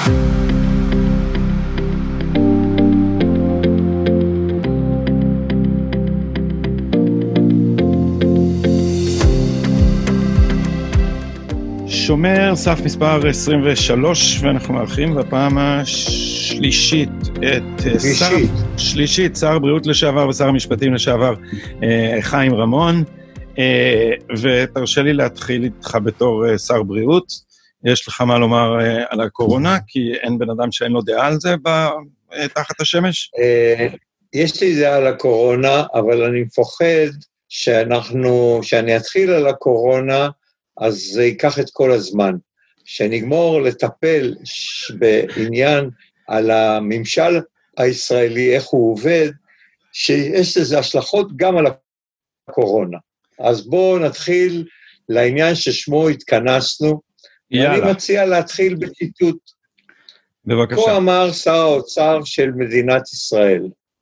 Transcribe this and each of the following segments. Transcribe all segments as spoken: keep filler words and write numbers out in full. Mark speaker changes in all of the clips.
Speaker 1: שומר סף מספר עשרים ושלוש, ואנחנו מארחים בפעם השלישית את שר, שלישית, שר הבריאות לשעבר ושר המשפטים לשעבר, חיים רמון, ותרשה לי להתחיל איתך בתור שר בריאות. יש לך מה לומר על הקורונה, כי אין בן אדם שאין לו דעה על זה תחת השמש?
Speaker 2: יש לי דעה על הקורונה, אבל אני מפוחד שאנחנו, שאני אתחיל על הקורונה, אז זה ייקח את כל הזמן. שנגמור לטפל בעניין על הממשל הישראלי, איך הוא עובד, שיש לזה השלכות גם על הקורונה. אז בואו נתחיל לעניין ששמו התכנסנו, יאללה. ואני מציע להתחיל בציטוט.
Speaker 1: בבקשה.
Speaker 2: כה אמר שר האוצר של מדינת ישראל.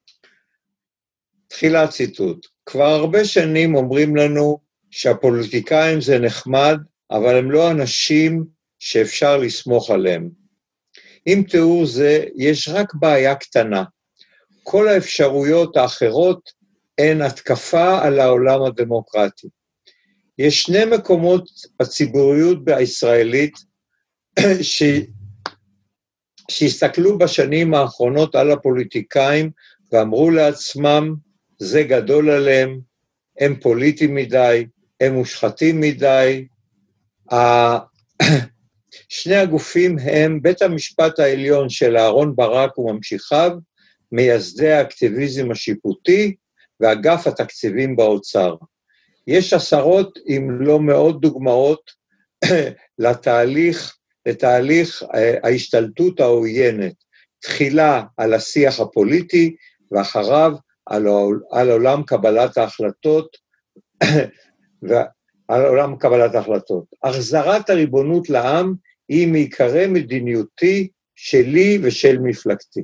Speaker 2: תחילה ציטוט. כבר הרבה שנים אומרים לנו, שהפוליטיקאים זה נחמד, אבל הם לא אנשים שאפשר לסמוך עליהם. עם תיאור זה, יש רק בעיה קטנה. כל האפשרויות האחרות הן התקפה על העולם הדמוקרטי. יש שני מקומות בציבוריות הישראלית, ש... שהסתכלו בשנים האחרונות על הפוליטיקאים, ואמרו לעצמם, זה גדול עליהם, הם פוליטיים מדי, הם מושחתים מדי. שני הגופים הם בית המשפט העליון של אהרן ברק וממשיכיו, מייסדי האקטיביזם השיפוטי, ואגף התקציבים באוצר. יש עשרות אם לא מאות דוגמאות לתהליך, לתהליך ההשתלטות העוינת, תחילה על השיח הפוליטי, ואחריו על, על עולם קבלת ההחלטות, ועל עולם קבלת ההחלטות. החזרת הריבונות לעם היא מעיקרי מדיניותי שלי ושל מפלגתי.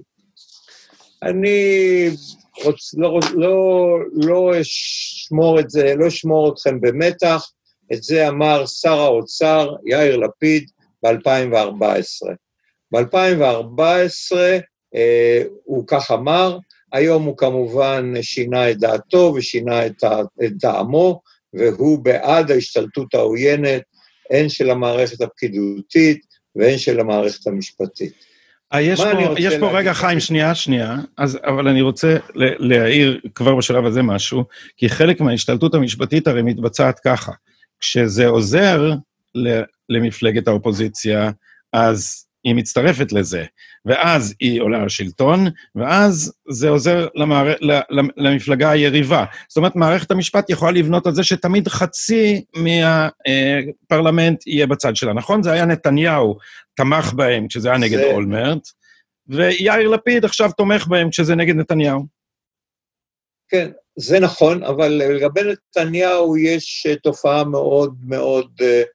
Speaker 2: אני רוצ, לא, לא, לא אשמור את זה, לא אשמור אתכם במתח, את זה אמר שר האוצר יאיר לפיד ב-אלפיים וארבע עשרה. ב-אלפיים וארבע עשרה אה, הוא כך אמר, היום הוא כמובן שינה את דעתו ושינה את, את דעמו, והוא בעד ההשתלטות העוינת, הן של המערכת הפקידותית, והן של המערכת המשפטית.
Speaker 1: יש פה, יש פה רגע חיים, שנייה, שנייה, אז, אבל אני רוצה להעיר כבר בשלב הזה משהו, כי חלק מההשתלטות המשפטית הרי מתבצעת ככה, כשזה עוזר למפלגת האופוזיציה, אז היא מצטרפת לזה, ואז היא עולה לשלטון, ואז זה עוזר למער... למפלגה היריבה. זאת אומרת, מערכת המשפט יכולה לבנות על זה שתמיד חצי מהפרלמנט יהיה בצד שלה. נכון? זה היה נתניהו תמך בהם כשזה היה נגד זה... אולמרט, ויאיר לפיד עכשיו תומך בהם כשזה נגד נתניהו.
Speaker 2: כן, זה נכון, אבל לגבי נתניהו יש תופעה מאוד מאוד...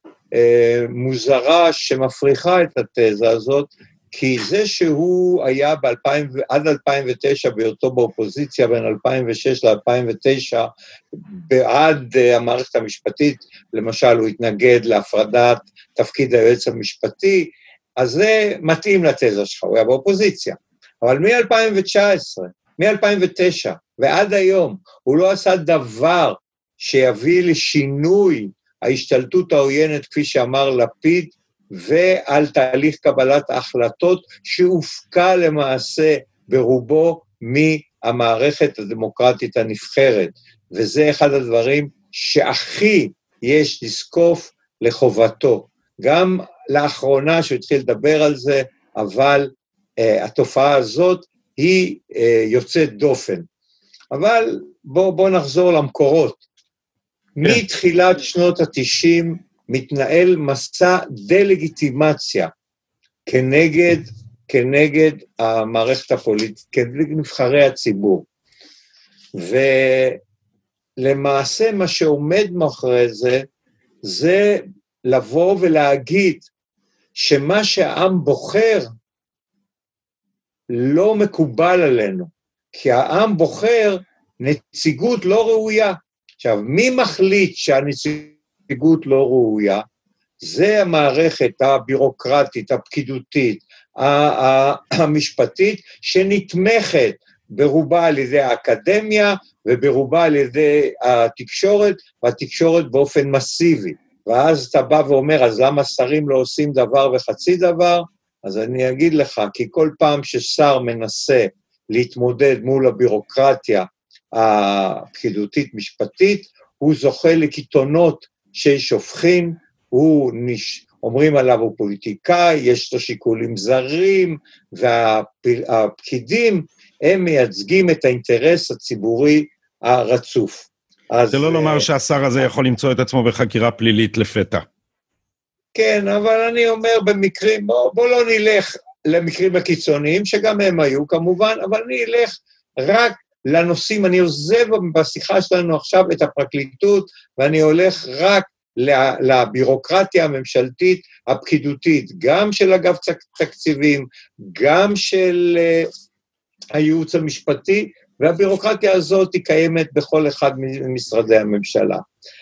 Speaker 2: מוזרה שמפריחה את התזה הזאת, כי זה שהוא היה ב-אלפיים, עד אלפיים ותשע בהיותו באופוזיציה, בין אלפיים ושש ל-אלפיים ותשע, בעד המערכת המשפטית, למשל הוא התנגד להפרדת תפקיד היועץ המשפטי, אז זה מתאים לתזה שלך, הוא היה באופוזיציה. אבל מ-אלפיים ותשע עשרה, מ-אלפיים ותשע ועד היום, הוא לא עשה דבר שיביא לשינוי ההשתלטות העוינת, כפי שאמר לפיד, ועל תהליך קבלת ההחלטות, שהופקע למעשה ברובו מהמערכת הדמוקרטית הנבחרת. וזה אחד הדברים שהכי יש לזקוף לחובתו. גם לאחרונה שהתחיל לדבר על זה, אבל uh, התופעה הזאת היא uh, יוצאת דופן. אבל בואו בוא נחזור למקורות. מתחילת שנות ה-תשעים מתנהל מסע דה-לגיטימציה כנגד, כנגד המערכת הפוליטית, כנגד נבחרי הציבור. ולמעשה מה שעומד מאחורי זה, זה לבוא ולהגיד שמה שהעם בוחר לא מקובל עלינו, כי העם בוחר נציגות לא ראויה. עכשיו, מי מחליט שהנציגות לא ראויה? זה המערכת הבירוקרטית, הפקידותית, המשפטית, שנתמכת ברובה על ידי האקדמיה, וברובה על ידי התקשורת, והתקשורת באופן מסיבי. ואז אתה בא ואומר, אז למה שרים לא עושים דבר וחצי דבר? אז אני אגיד לך, כי כל פעם ששר מנסה להתמודד מול הבירוקרטיה הפקידותית משפטית, הוא זוכה לקיתונות ששופכים, הוא נש... אומרים עליו הוא פוליטיקאי, יש לו שיקולים זרים, והפקידים הם מייצגים את האינטרס הציבורי הרצוף.
Speaker 1: זה לא לומר שהשר הזה יכול למצוא את עצמו בחקירה פלילית לפתע.
Speaker 2: כן, אבל אני אומר במקרים, בוא, בוא לא נלך למקרים הקיצוניים, שגם הם היו כמובן, אבל אני אלך רק לנושאים, אני עוזב בשיחה שלנו עכשיו את הפרקליטות, ואני הולך רק לבירוקרטיה הממשלתית הפקידותית, גם של אגף תקציבים, גם של הייעוץ המשפטי, והבירוקרטיה הזאת היא קיימת בכל אחד ממשרדי הממשלה.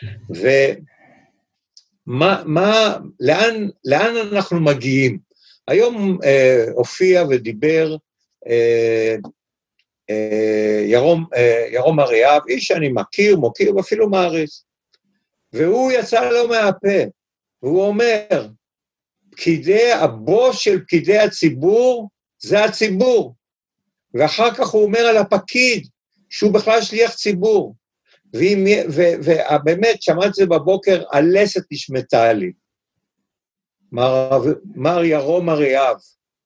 Speaker 2: ומה, מה, לאן, לאן אנחנו מגיעים? היום אה, הופיע ודיבר אה, אה, ירום, אה, ירום אריאב, איש שאני מכיר, מוקיר ואפילו מעריך. והוא יצא לו מהפה, והוא אומר, פקידי, הבוס של פקידי הציבור, זה הציבור. ואחר כך הוא אומר על הפקיד, שהוא בכלל שליח ציבור. ובאמת, שמעתי את זה בבוקר, הלסת נשמתה לי. מר, מר ירום אריאב,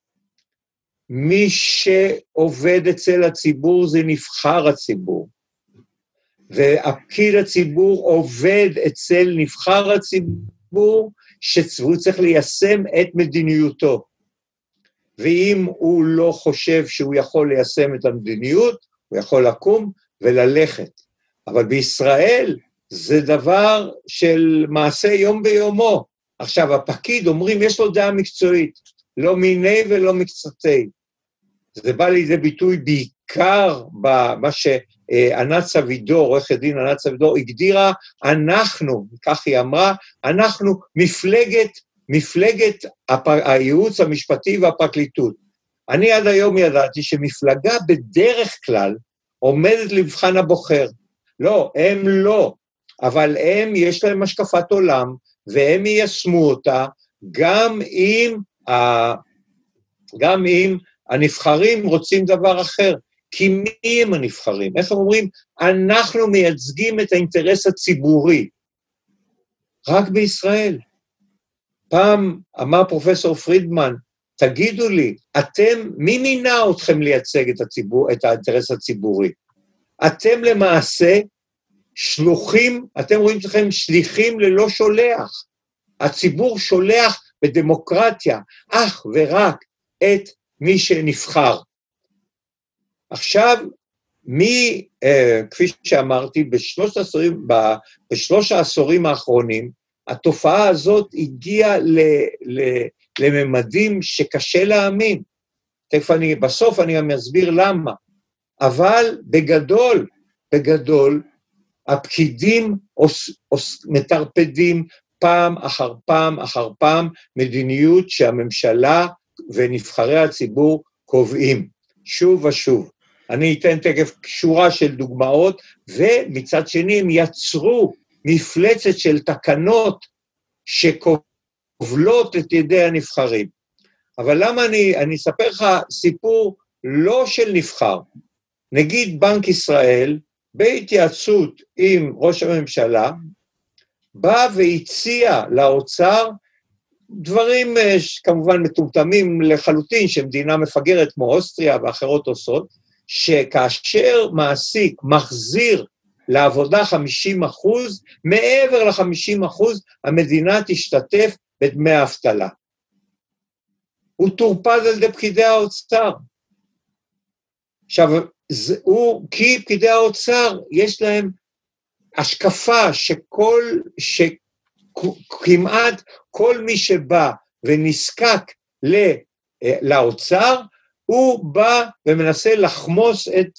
Speaker 2: מי שעובד אצל הציבור זה נבחר הציבור. והפקיד הציבור עובד אצל נבחר הציבור, שהוא צריך ליישם את מדיניותו. ואם הוא לא חושב שהוא יכול ליישם את המדיניות, הוא יכול לקום וללכת. אבל בישראל זה דבר של מעשה יום ביומו. עכשיו, הפקיד אומרים, יש לו דעה מקצועית, לא מיני ולא מקצתי. זה בא לידי ביטוי בעיקר במה שענת סבידור, עורכת דין ענת סבידור, הגדירה, אנחנו, כך היא אמרה, אנחנו מפלגת, מפלגת הייעוץ המשפטי והפרקליטות. אני עד היום ידעתי שמפלגה בדרך כלל עומדת למבחן הבוחר. לא, הם לא, אבל הם יש להם השקפת עולם, והם יישמו אותה, גם אם, ה... גם אם הנבחרים רוצים דבר אחר. כי מי הם הנבחרים? איך הם אומרים? אנחנו מייצגים את האינטרס הציבורי. רק בישראל. פעם אמר פרופסור פרידמן, תגידו לי, אתם, מי מינה אתכם לייצג את הציבור, את האינטרס הציבורי? אתם למעשה שלוחים, אתם רואים אתכם שליחים ללא שולח. הציבור שולח בדמוקרטיה, אך ורק את מי שנבחר. עכשיו, מי, אה, כפי שאמרתי, בשלוש העשורים, בשלוש העשורים האחרונים, התופעה הזאת הגיעה ל, ל, לממדים שקשה להאמין. תכף אני, בסוף אני גם אסביר למה. אבל בגדול, בגדול, הפקידים אוס, אוס, מטרפדים פעם אחר פעם אחר פעם מדיניות שהממשלה ונבחרי הציבור קובעים, שוב ושוב. אני אתן תכף שורה של דוגמאות, ומצד שני הם יצרו מפלצת של תקנות שכובלות את ידי הנבחרים. אבל למה אני, אני אספר לך סיפור לא של נבחר. נגיד בנק ישראל, בהתייעצות עם ראש הממשלה, בא והציע לאוצר דברים כמובן מטומטמים לחלוטין, שמדינה מפגרת כמו אוסטריה ואחרות עושות, שכאשר מעסיק מחזיר לעבודה חמישים אחוז, מעבר ל-חמישים אחוז, המדינה תשתתף בדמי האבטלה. הוא תורפד על ידי פקידי האוצר. עכשיו, זה, הוא, כי פקידי האוצר יש להם השקפה שכל, שכמעט כל מי שבא ונזקק לאוצר, הוא בא ומנסה לחמוס את,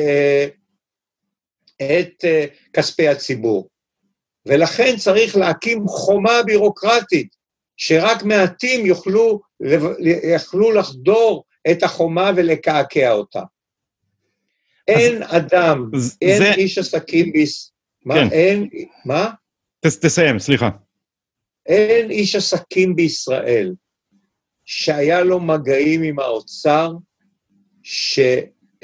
Speaker 2: את כספי הציבור. ולכן צריך להקים חומה בירוקרטית שרק מעטים יוכלו, יוכלו לחדור את החומה ולקעקע אותה. אין אדם, אין זה... איש עסקים בישראל, מה, כן. אין, מה?
Speaker 1: ת, תסיים, סליחה.
Speaker 2: אין איש עסקים בישראל, שהיה לו מגעים עם האוצר, שלא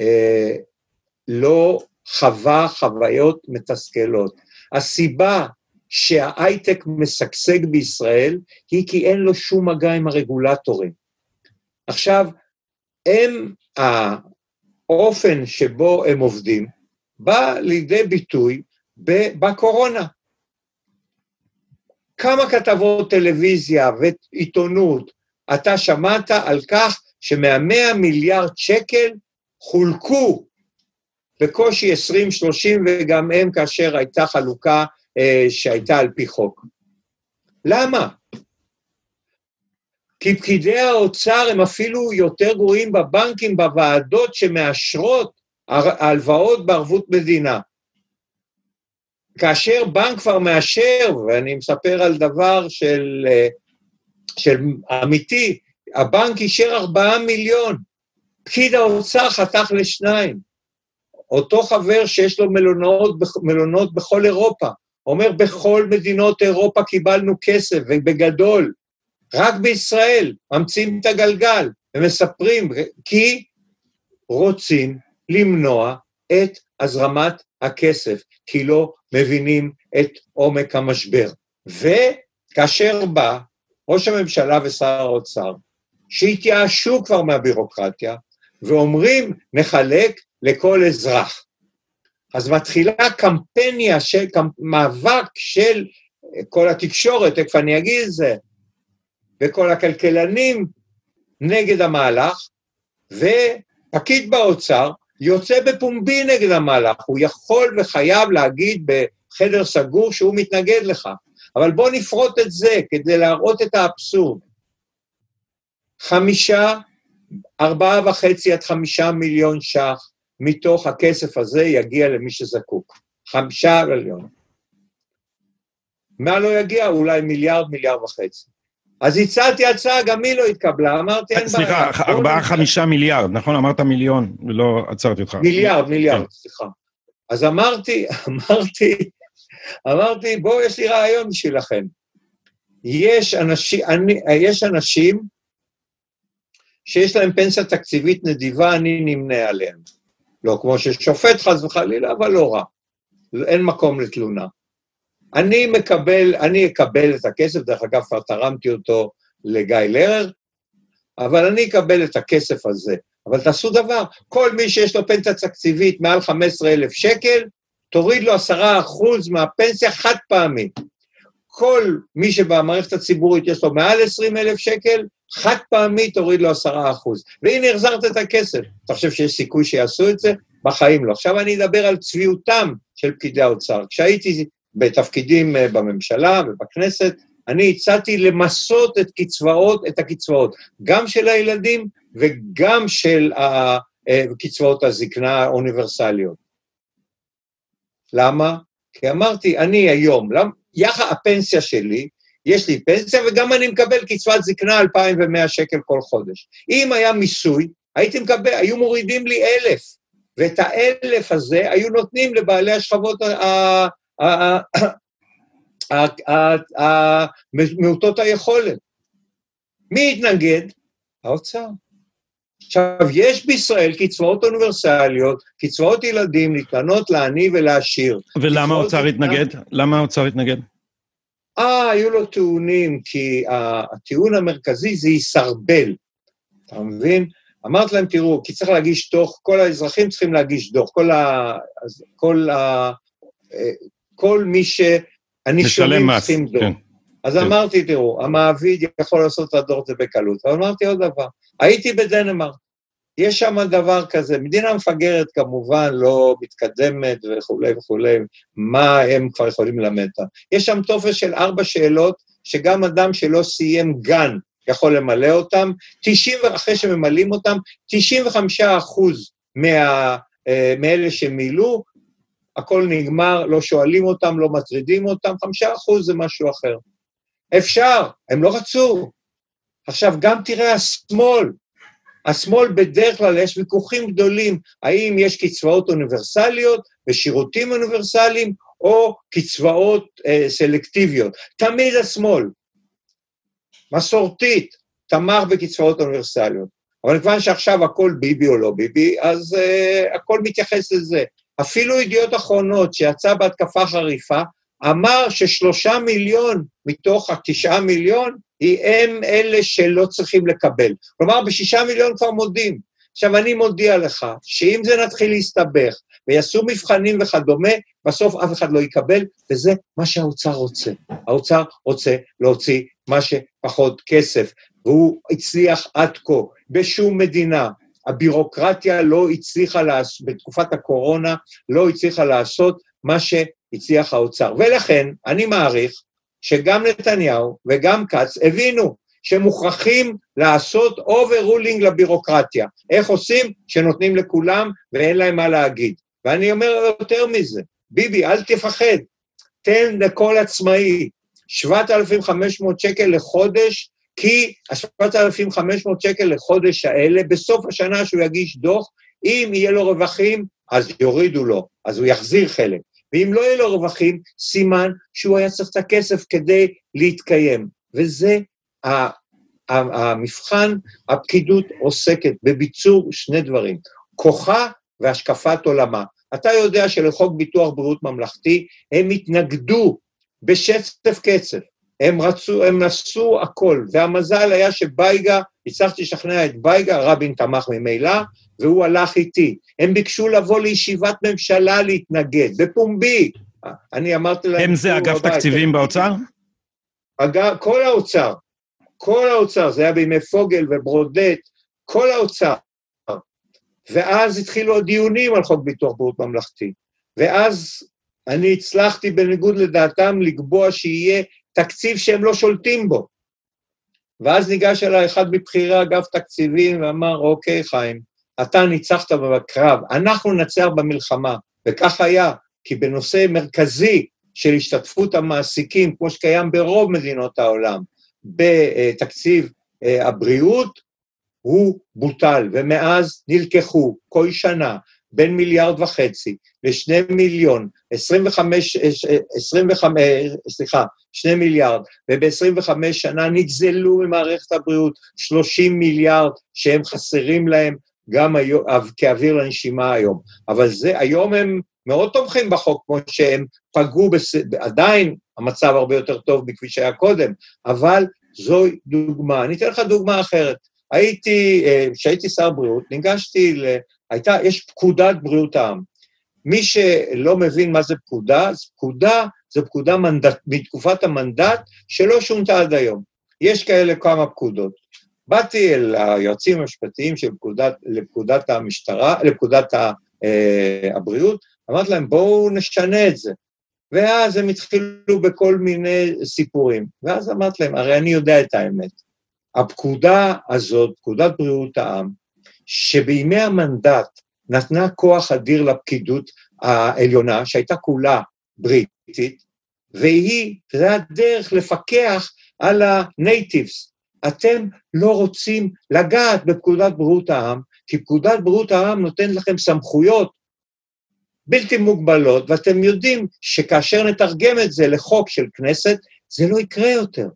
Speaker 2: חווה חוויות מתסכלות. הסיבה שההייטק משגשג בישראל, היא כי אין לו שום מגע עם הרגולטורים. עכשיו, הם, האופן שבו הם עובדים, בא לידי ביטוי בקורונה. כמה כתבות טלוויזיה ועיתונות, אתה שמעת על כך שמאה מיליארד שקל חולקו בקושי עשרים שלושים, וגם הם כאשר הייתה חלוקה אה, שהייתה על פי חוק. למה? כי פקידי האוצר הם אפילו יותר גרועים בבנקים, בוועדות שמאשרות הלוואות בערבות מדינה. כאשר בנק כבר מאשר, ואני מספר על דבר של, של אמיתי, הבנק אישר ארבעה מיליון, פקיד האוצר חתך לשניים. אותו חבר שיש לו מלונות, מלונות בכל אירופה, אומר בכל מדינות אירופה קיבלנו כסף, ובגדול, רק בישראל ממציאים את הגלגל, ומספרים, כי רוצים למנוע את הזרמת הכסף, כי לא מבינים את עומק המשבר. וכאשר בא ראש הממשלה ושר האוצר, שהתייאשו כבר מהבירוקרטיה, ואומרים נחלק לכל אזרח. אז מתחילה קמפניה, של, מאבק של כל התקשורת, איפה אני אגיד את זה, וכל הכלכלנים נגד המהלך, ופקיד באוצר יוצא בפומבי נגד המהלך, הוא יכול וחייב להגיד בחדר סגור שהוא מתנגד לך, אבל בוא נפרוט את זה כדי להראות את האבסורד. חמישה, ארבעה וחצי עד חמישה מיליון ש"ח מתוך הכסף הזה יגיע למי שזקוק. חמישה מיליון. מה לא יגיע? אולי מיליארד, מיליארד וחצי. אז הצעתי הצעה, גם היא לא התקבלה, אמרתי, אין בעיה.
Speaker 1: סליחה, ארבעה, חמישה מיליארד, נכון? אמרת מיליון, ולא עצרתי אותך.
Speaker 2: מיליארד, מיליארד, סליחה. אז אמרתי, אמרתי, אמרתי, בואו, יש לי רעיון בשבילכם. יש אנשים, אני, יש אנשים שיש להם פנסיה תקציבית נדיבה, אני נמנה עליהם. לא כמו ששופט חס וחלילה, אבל לא רע. אין מקום לתלונה. אני מקבל, אני אקבל את הכסף, דרך אגב, כבר תרמתי אותו לגיא לרר, אבל אני אקבל את הכסף הזה. אבל תעשו דבר, כל מי שיש לו פנסיה תקציבית מעל חמישה עשר אלף שקל, תוריד לו עשרה אחוז מהפנסיה חד פעמי. כל מי שבמערכת הציבורית יש לו מעל עשרים אלף שקל, חד פעמי תוריד לו עשרה אחוז. והנה החזרת את הכסף. אתה חושב שיש סיכוי שיעשו את זה? בחיים לא. עכשיו אני אדבר על צביעותם של פקידי האוצר. כשהייתי בתפקידים בממשלה ובכנסת, אני הצעתי למסות את קצבאות, את הקצבאות, גם של הילדים וגם של קצבאות הזקנה האוניברסליות. למה? כי אמרתי, אני היום, יחד הפנסיה שלי, יש לי פנסיה וגם אני מקבל קצבת זקנה אלפיים ומאה שקל כל חודש. אם היה מיסוי, הייתי מקבל, היו מורידים לי אלף, ואת האלף הזה היו נותנים לבעלי השכבות מעוטות היכולת. מי התנגד? האוצר. עכשיו, יש בישראל קצבאות אוניברסליות, קצבאות ילדים ניתנות לעני ולעשיר.
Speaker 1: ולמה האוצר התנגד? למה האוצר התנגד?
Speaker 2: אה, היו לו טיעונים, כי הטיעון המרכזי זה יסרבל. אתה מבין? אמרת להם, תראו, כי צריך להגיש דוח, כל האזרחים צריכים להגיש דוח, כל ה... כל ה... כל מי שהנישומים צריכים דוח. כן. אז כן. אמרתי, תראו, המעביד יכול לעשות את הדוח הזה בקלות. אבל אמרתי עוד דבר, הייתי בדנמרק, יש שם דבר כזה, מדינה מפגרת כמובן, לא מתקדמת וכו' וכו', מה הם כבר יכולים ללמד. יש שם טופס של ארבע שאלות, שגם אדם שלא סיים גן יכול למלא אותם, תשעים, אחרי שממלאים אותם, תשעים וחמישה אחוז מה, מאלה שמילאו, הכל נגמר, לא שואלים אותם, לא מטרידים אותם, חמישה אחוז זה משהו אחר. אפשר, הם לא רצו. עכשיו, גם תראה השמאל, השמאל בדרך כלל יש ויכוחים גדולים, האם יש קצבאות אוניברסליות ושירותים אוניברסליים, או קצבאות אה, סלקטיביות. תמיד השמאל, מסורתית, תמך בקצבאות אוניברסליות. אבל כיוון שעכשיו הכל ביבי או לא ביבי, אז אה, הכל מתייחס לזה. אפילו ידיעות אחרונות שיצא בהתקפה חריפה, אמר ששלושה מיליון מתוך התשעה מיליון, הם אלה שלא צריכים לקבל. כלומר, בשישה מיליון כבר מודים. עכשיו, אני מודיע לך, שאם זה נתחיל להסתבך, ויעשו מבחנים וכדומה, בסוף אף אחד לא יקבל, וזה מה שהאוצר רוצה. האוצר רוצה להוציא מה שפחות כסף, והוא הצליח עד כה, בשום מדינה. הבירוקרטיה לא הצליחה לעשות, בתקופת הקורונה, לא הצליחה לעשות מה שהצליח האוצר. ולכן, אני מעריך, שגם נתניהו וגם קץ הבינו שמוכרחים לעשות overruling לבירוקרטיה. איך עושים? שנותנים לכולם ואין להם מה להגיד. ואני אומר יותר מזה, ביבי, אל תפחד, תן לכל עצמאי שבעת אלפים וחמש מאות שקל לחודש, כי ה-שבעת אלפים וחמש מאות שקל לחודש האלה, בסוף השנה שהוא יגיש דוח, אם יהיה לו רווחים, אז יורידו לו, אז הוא יחזיר חלק. ואם לא יהיה לו רווחים, סימן שהוא היה צריך את הכסף כדי להתקיים. וזה המבחן, הפקידות עוסקת בביצור שני דברים, כוחה והשקפת עולמה. אתה יודע שלחוק ביטוח בריאות ממלכתי, הם התנגדו בשצף קצף, הם רצו, הם נסו הכל, והמזל היה שבייגה, הצלחתי לשכנע את בייגה, רבין תמך ממילא, והוא הלך איתי. הם ביקשו לבוא לישיבת ממשלה להתנגד, בפומבי. אני אמרתי להם...
Speaker 1: הם זה אגף תקציבים באוצר?
Speaker 2: אגב, כל האוצר, כל האוצר, זה היה בימי פוגל וברודט, כל האוצר. ואז התחילו הדיונים על חוק ביטוח בריאות ממלכתי. ואז אני הצלחתי בניגוד לדעתם לקבוע שיהיה תקציב שהם לא שולטים בו. ואז ניגש אליי אחד מבחירי אגף תקציבים ואמר, אוקיי חיים, אתה ניצחת בקרב, אנחנו נצח במלחמה, וכך היה, כי בנושא מרכזי של השתתפות המעסיקים, כמו שקיים ברוב מדינות העולם, בתקציב הבריאות, הוא בוטל, ומאז נלקחו כל שנה בין מיליארד וחצי לשני מיליון, עשרים וחמש, עשרים וחמש, סליחה, שני מיליארד, וב-עשרים וחמש שנה נגזלו ממערכת הבריאות שלושים מיליארד שהם חסרים להם גם היום, כאוויר לנשימה היום. אבל זה, היום הם מאוד תומכים בחוק, כמו שהם פגעו, בס... עדיין המצב הרבה יותר טוב מכפי שהיה קודם, אבל זו דוגמה. אני אתן לך דוגמה אחרת. הייתי, כשהייתי שר בריאות, ניגשתי ל... הייתה, יש פקודת בריאות העם. מי שלא מבין מה זה פקודה, זה פקודה, זה פקודה מנדט, מתקופת המנדט, שלא שונתה עד היום. יש כאלה כמה פקודות. באתי אל היועצים המשפטיים של פקודת, לפקודת המשטרה, לפקודת הבריאות, אמרתי להם, בואו נשנה את זה. ואז הם התחילו בכל מיני סיפורים. ואז אמרתי להם, הרי אני יודע את האמת. הפקודה הזאת, פקודת בריאות העם, שבימי המנדט נתנה כוח אדיר לפקידות העליונה, שהייתה כולה בריטית, והיא, זה הדרך לפקח על הנייטיבס. אתם לא רוצים לגעת בפקודת בריאות העם, כי פקודת בריאות העם נותנת לכם סמכויות בלתי מוגבלות, ואתם יודעים שכאשר נתרגם את זה לחוק של כנסת, זה לא יקרה יותר.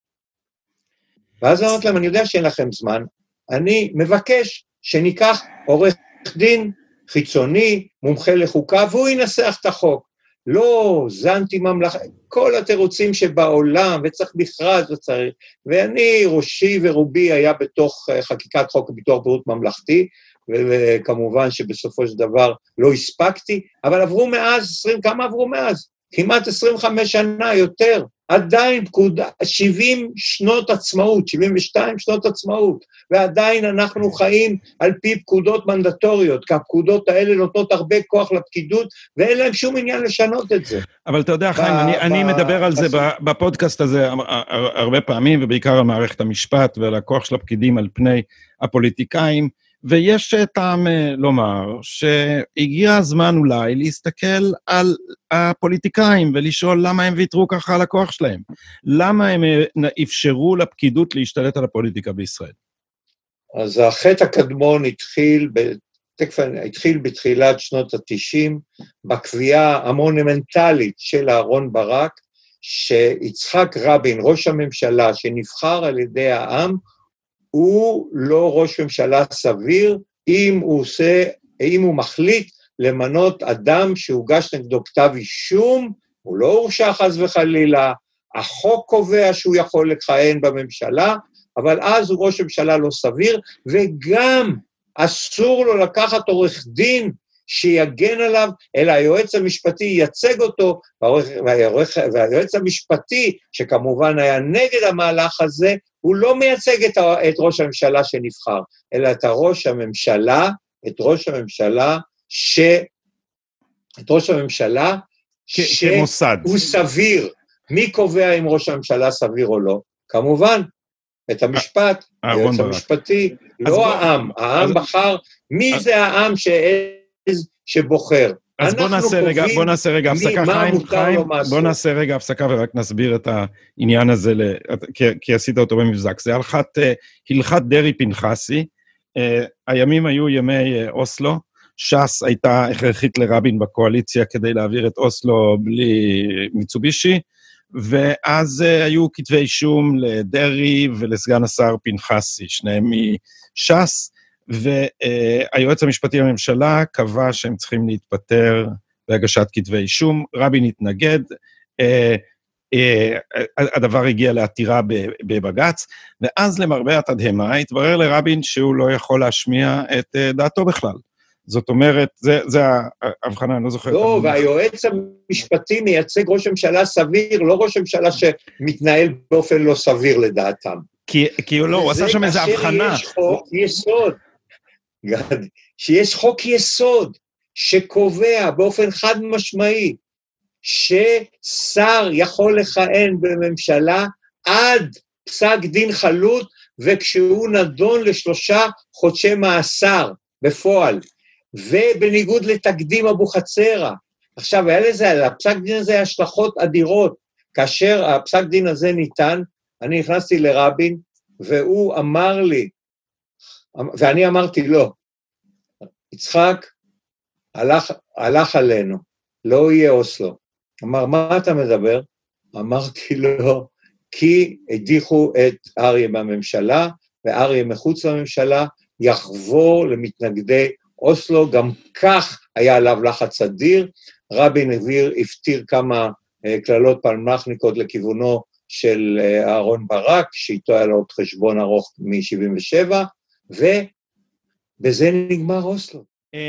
Speaker 2: ואז אמרתי להם, אני יודע שאין לכם זמן, אני מבקש שניקח עורך דין חיצוני, מומחה לחוקה, והוא ינסח את החוק. לא זנתי ממלכה, כל התירוצים שבעולם, וצריך מכרז וצריך, ואני, ראשי ורובי היה בתוך חקיקת חוק ביטוח בריאות ממלכתי, וכמובן שבסופו של דבר לא הספקתי, אבל עברו מאז, עשרים, כמה עברו מאז? כמעט עשרים וחמש שנה יותר, עדיין פקודה, שבעים שנות עצמאות, שבעים ושתיים שנות עצמאות, ועדיין אנחנו חיים על פי פקודות מנדטוריות, כי הפקודות האלה נותנות הרבה כוח לפקידות, ואין להם שום עניין לשנות את זה.
Speaker 1: אבל אתה יודע, חיים, אני, אני מדבר על זה בפודקאסט הזה הרבה פעמים, ובעיקר על מערכת המשפט ועל הכוח של הפקידים על פני הפוליטיקאים, ויש טעם לומר שהגיע הזמן אולי להסתכל על הפוליטיקאים ולשאול למה הם ויתרו ככה על הכוח שלהם. למה הם אפשרו לפקידות להשתלט על הפוליטיקה בישראל?
Speaker 2: אז החטא הקדמון התחיל, התחיל בתחילת שנות ה-תשעים, בקביעה המונומנטלית של אהרן ברק, שיצחק רבין, ראש הממשלה שנבחר על ידי העם, הוא לא ראש ממשלה סביר, אם הוא עושה, אם הוא מחליט למנות אדם שהוגש נגדו כתב אישום, הוא לא הורשע חס וחלילה, החוק קובע שהוא יכול לכהן בממשלה, אבל אז הוא ראש ממשלה לא סביר, וגם אסור לו לקחת עורך דין שיגן עליו, אלא היועץ המשפטי ייצג אותו, והיועץ, והיועץ המשפטי, שכמובן היה נגד המהלך הזה, הוא לא מייצג את, את ראש הממשלה שנבחר, אלא את ראש הממשלה, את ראש הממשלה ש... את ראש הממשלה
Speaker 1: כמוסד.
Speaker 2: שהוא סביר. מי קובע אם ראש הממשלה סביר או לא? כמובן, את המשפט, היועץ המשפטי, לא העם, העם בחר, מי זה העם שבוחר?
Speaker 1: אז בוא נעשה רגע, בוא נעשה רגע הפסקה, חיים, חיים, בוא נעשה רגע הפסקה ורק נסביר את העניין הזה, כי עשית אותו במבזק. זה הלכת דרעי פנחסי, הימים היו ימי אוסלו, ש"ס הייתה הכרחית לרבין בקואליציה כדי להעביר את אוסלו בלי מיצובישי, ואז היו כתבי אישום לדרעי ולסגן השר פנחסי, שניהם מש"ס, והיועץ המשפטי לממשלה קבע שהם צריכים להתפטר בהגשת כתבי אישום, רבין התנגד, הדבר הגיע לעתירה בבג"ץ, ואז למרבה התדהמה התברר לרבין שהוא לא יכול להשמיע את דעתו בכלל. זאת אומרת, זה, זה ההבחנה, אני לא זוכר.
Speaker 2: לא, והיועץ המשפטי מייצג ראש הממשלה סביר, לא ראש הממשלה שמתנהל באופן לא סביר לדעתם.
Speaker 1: כי, כי הוא לא, הוא עשה שם איזו הבחנה.
Speaker 2: שיש חוק יסוד, שיש חוק יסוד שקובע באופן חד משמעי, ששר יכול לכהן בממשלה עד פסק דין חלוט, וכשהוא נדון לשלושה חודשי מאסר בפועל, ובניגוד לתקדים אבוחצירא. עכשיו, היה לזה, הפסק דין הזה השלכות אדירות, כאשר הפסק דין הזה ניתן, אני נכנסתי לרבין, והוא אמר לי, ואני אמרתי לו, יצחק, הלך, הלך עלינו, לא יהיה אוסלו. אמר, מה אתה מדבר? אמרתי לו, כי הדיחו את אריה בממשלה, ואריה מחוץ לממשלה, יחבור למתנגדי אוסלו, גם כך היה עליו לחץ אדיר, רבין הביר, הפתיר כמה uh, כללות פלמחניקות לכיוונו של uh, אהרן ברק, שאיתו היה לו עוד חשבון ארוך מ-שבעים ושבע, ובזה נגמר אוסלו.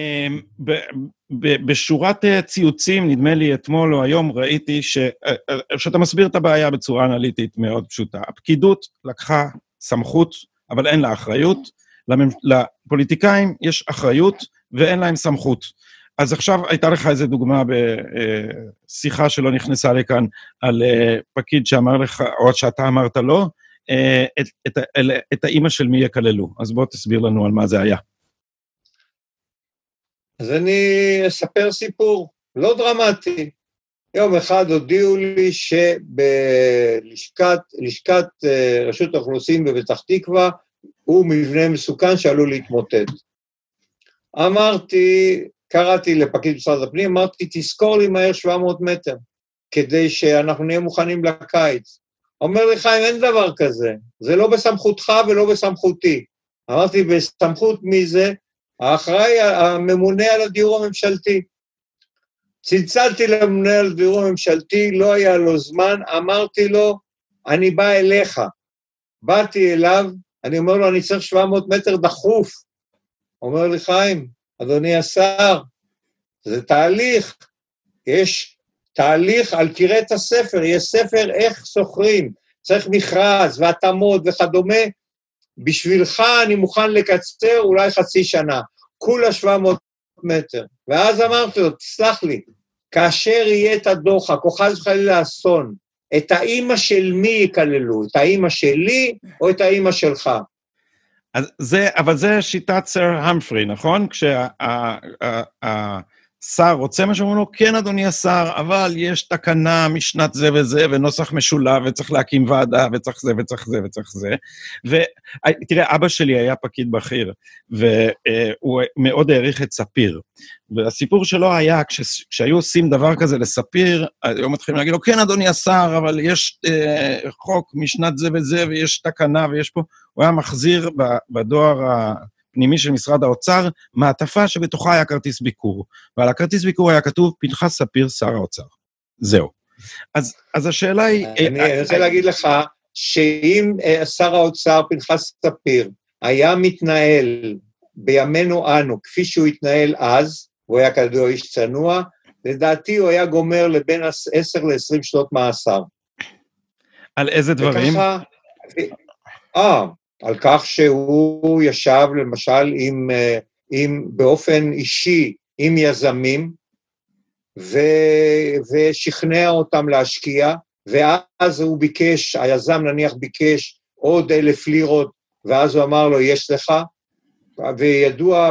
Speaker 1: בשורת ציוצים, נדמה לי אתמול או היום, ראיתי ש... שאתה מסביר את הבעיה בצורה אנליטית מאוד פשוטה. הפקידות לקחה סמכות, אבל אין לה אחריות, לפוליטיקאים יש אחריות ואין להם סמכות. אז עכשיו הייתה לך איזו דוגמה בשיחה שלא נכנסה לכאן, על פקיד שאמר לך, או שאתה אמרת לו, את, את, את האמא של מי יקללו. אז בוא תסביר לנו על מה זה היה.
Speaker 2: אז אני אספר סיפור, לא דרמטי. יום אחד הודיעו לי שבלשכת לשכת רשות האוכלוסין בפתח תקווה, הוא מבנה מסוכן שעלול להתמוטט. אמרתי, קראתי לפקיד משרד הפנים, אמרתי, תזכור לי מהר שבע מאות מטר, כדי שאנחנו נהיה מוכנים לקיץ. אומר לי, חיים, אין דבר כזה, זה לא בסמכותך ולא בסמכותי. אמרתי, בסמכות מי זה? האחראי, הממונה על הדיור הממשלתי. צלצלתי לממונה על הדיור הממשלתי, לא היה לו זמן, אמרתי לו, אני בא אליך. באתי אליו, אני אומר לו, אני צריך שבע מאות מטר דחוף. אומר לי, חיים, אדוני השר, זה תהליך, יש תהליך על קירת הספר, יש ספר איך סוחרים, צריך מכרז והתאמות וכדומה, בשבילך אני מוכן לקצר אולי חצי שנה, כולה שבע מאות מטר. ואז אמרתי לו, תסלח לי, כאשר יהיה את הדוחק, או חס וחלילה אסון, את האמא של מי יקללו? את האמא שלי או את האמא שלך?
Speaker 1: אז זה, אבל זה שיטת סר המפרי, נכון? כשהשר רוצה משהו, אומרים לו, כן, אדוני השר, אבל יש תקנה משנת זה וזה, ונוסח משולב, וצריך להקים ועדה, וצריך זה, וצריך זה, וצריך זה. ותראה, אבא שלי היה פקיד בכיר, והוא מאוד העריך את ספיר. והסיפור שלו היה, כשהיו עושים דבר כזה לספיר, היו מתחילים להגיד לו, כן, אדוני השר, אבל יש חוק משנת זה וזה, ויש תקנה, ויש פה... הוא היה מחזיר בדואר הפנימי של משרד האוצר, מעטפה שבתוכה היה כרטיס ביקור, ועל הכרטיס ביקור היה כתוב, פנחס ספיר, שר האוצר. זהו. אז, אז השאלה היא...
Speaker 2: אני רוצה להגיד לך, שאם שר האוצר, פנחס ספיר, היה מתנהל בימינו אנו, כפי שהוא התנהל אז, הוא היה כדור איש צנוע, לדעתי הוא היה גומר לבין עשר לעשרים שנות מאסר.
Speaker 1: על איזה דברים?
Speaker 2: וככה... אה, על כך שהוא ישב למשל עם, עם, באופן אישי עם יזמים, ו, ושכנע אותם להשקיע, ואז הוא ביקש, היזם נניח ביקש עוד אלף לירות, ואז הוא אמר לו, יש לך, וידוע,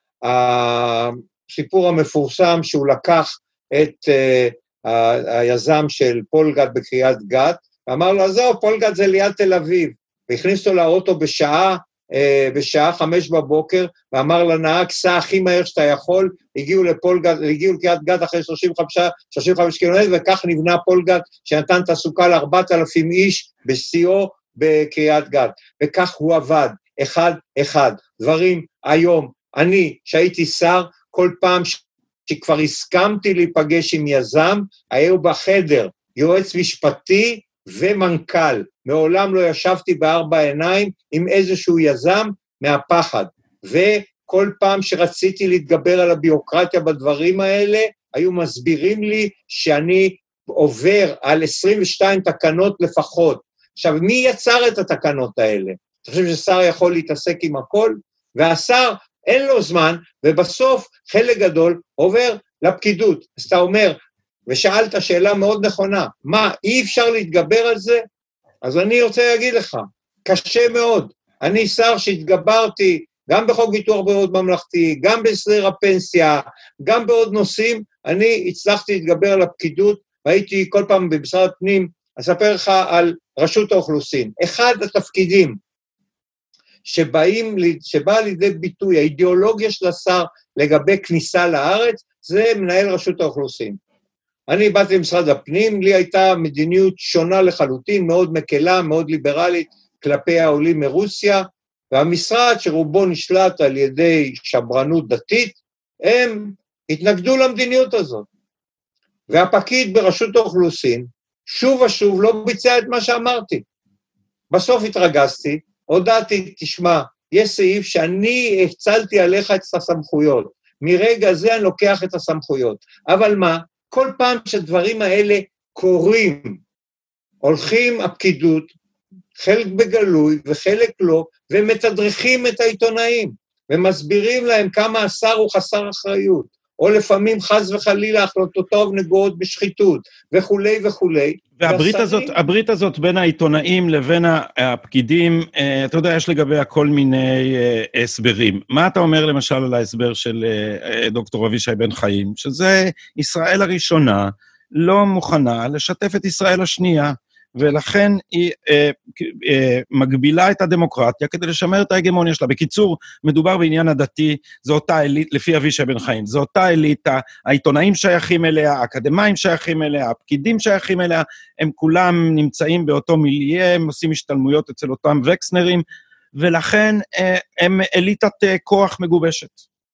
Speaker 2: הסיפור המפורסם שהוא לקח את היזם של פולגת בקריית גת, ואמר לו, עזוב, פולגת זה ליד תל אביב, והכניס אותו לאוטו בשעה, אה, בשעה חמש בבוקר, ואמר לנהג, סע הכי מהר שאתה יכול, הגיעו לפולגת, הגיעו לקריית גת אחרי שלושים וחמישה קילומטר, וכך נבנה פולגת, שנתן תעסוקה ל-ארבעת אלפים איש, בשיאו בקריית גת, וכך הוא עבד, אחד אחד, דברים היום, אני, שהייתי שר, כל פעם ש... שכבר הסכמתי להיפגש עם יזם, היו בחדר, יועץ משפטי, ומנכ"ל, מעולם לא ישבתי בארבע עיניים עם איזשהו יזם מהפחד, וכל פעם שרציתי להתגבר על הביוקרטיה בדברים האלה, היו מסבירים לי שאני עובר על עשרים ושתיים תקנות לפחות. עכשיו, מי יצר את התקנות האלה? אתה חושב ששר יכול להתעסק עם הכל? והשר אין לו זמן, ובסוף חלק גדול עובר לפקידות. אז אתה אומר, ושאלת שאלה מאוד נכונה, מה, אי אפשר להתגבר על זה? אז אני רוצה להגיד לך, קשה מאוד. אני שר שהתגברתי גם בחוק ביטוח בריאות ממלכתי, גם בהסדר הפנסיה, גם בעוד נושאים, אני הצלחתי להתגבר על הפקידות, והייתי כל פעם במשרד הפנים, אספר לך על רשות האוכלוסין. אחד התפקידים שבאים, שבא לידי ביטוי, האידיאולוגיה של השר לגבי כניסה לארץ, זה מנהל רשות האוכלוסין. אני באתי למשרד הפנים, לי הייתה מדיניות שונה לחלוטין, מאוד מקלה, מאוד ליברלית, כלפי העולים מרוסיה, והמשרד שרובו נשלט על ידי שברנות דתית, הם התנגדו למדיניות הזאת. והפקיד ברשות האוכלוסין, שוב ושוב לא ביצע את מה שאמרתי. בסוף התרגזתי, הודעתי, תשמע, יש סעיף שאני הפצלתי עליך את הסמכויות, מרגע זה אני לוקח את הסמכויות, אבל מה? כל פעם שדברים האלה קורים, הולכים הפקידות, חלק בגלוי וחלק לא, ומתדרכים את העיתונאים, ומסבירים להם כמה השר הוא חסר אחריות, או לפעמים חס וחלילה החלטותיו נגועות בשחיתות, וכולי וכולי.
Speaker 1: והברית הזאת, הברית הזאת בין העיתונאים לבין הפקידים, אתה יודע, יש לגביה כל מיני הסברים. מה אתה אומר למשל על ההסבר של דוקטור אבישי בן חיים, שזה ישראל הראשונה לא מוכנה לשתף את ישראל השנייה, ולכן היא אה, אה, מגבילה את הדמוקרטיה כדי לשמר את ההגמוניה שלה. בקיצור, מדובר בעניין הדתי, זו אותה אליט, לפי אבישי בן חיים, זו אותה אליטה, העיתונאים שייכים אליה, האקדמיים שייכים אליה, הפקידים שייכים אליה, הם כולם נמצאים באותו מיליה, הם עושים השתלמויות אצל אותם וקסנרים, ולכן אה, הם אליטת אה, כוח מגובשת.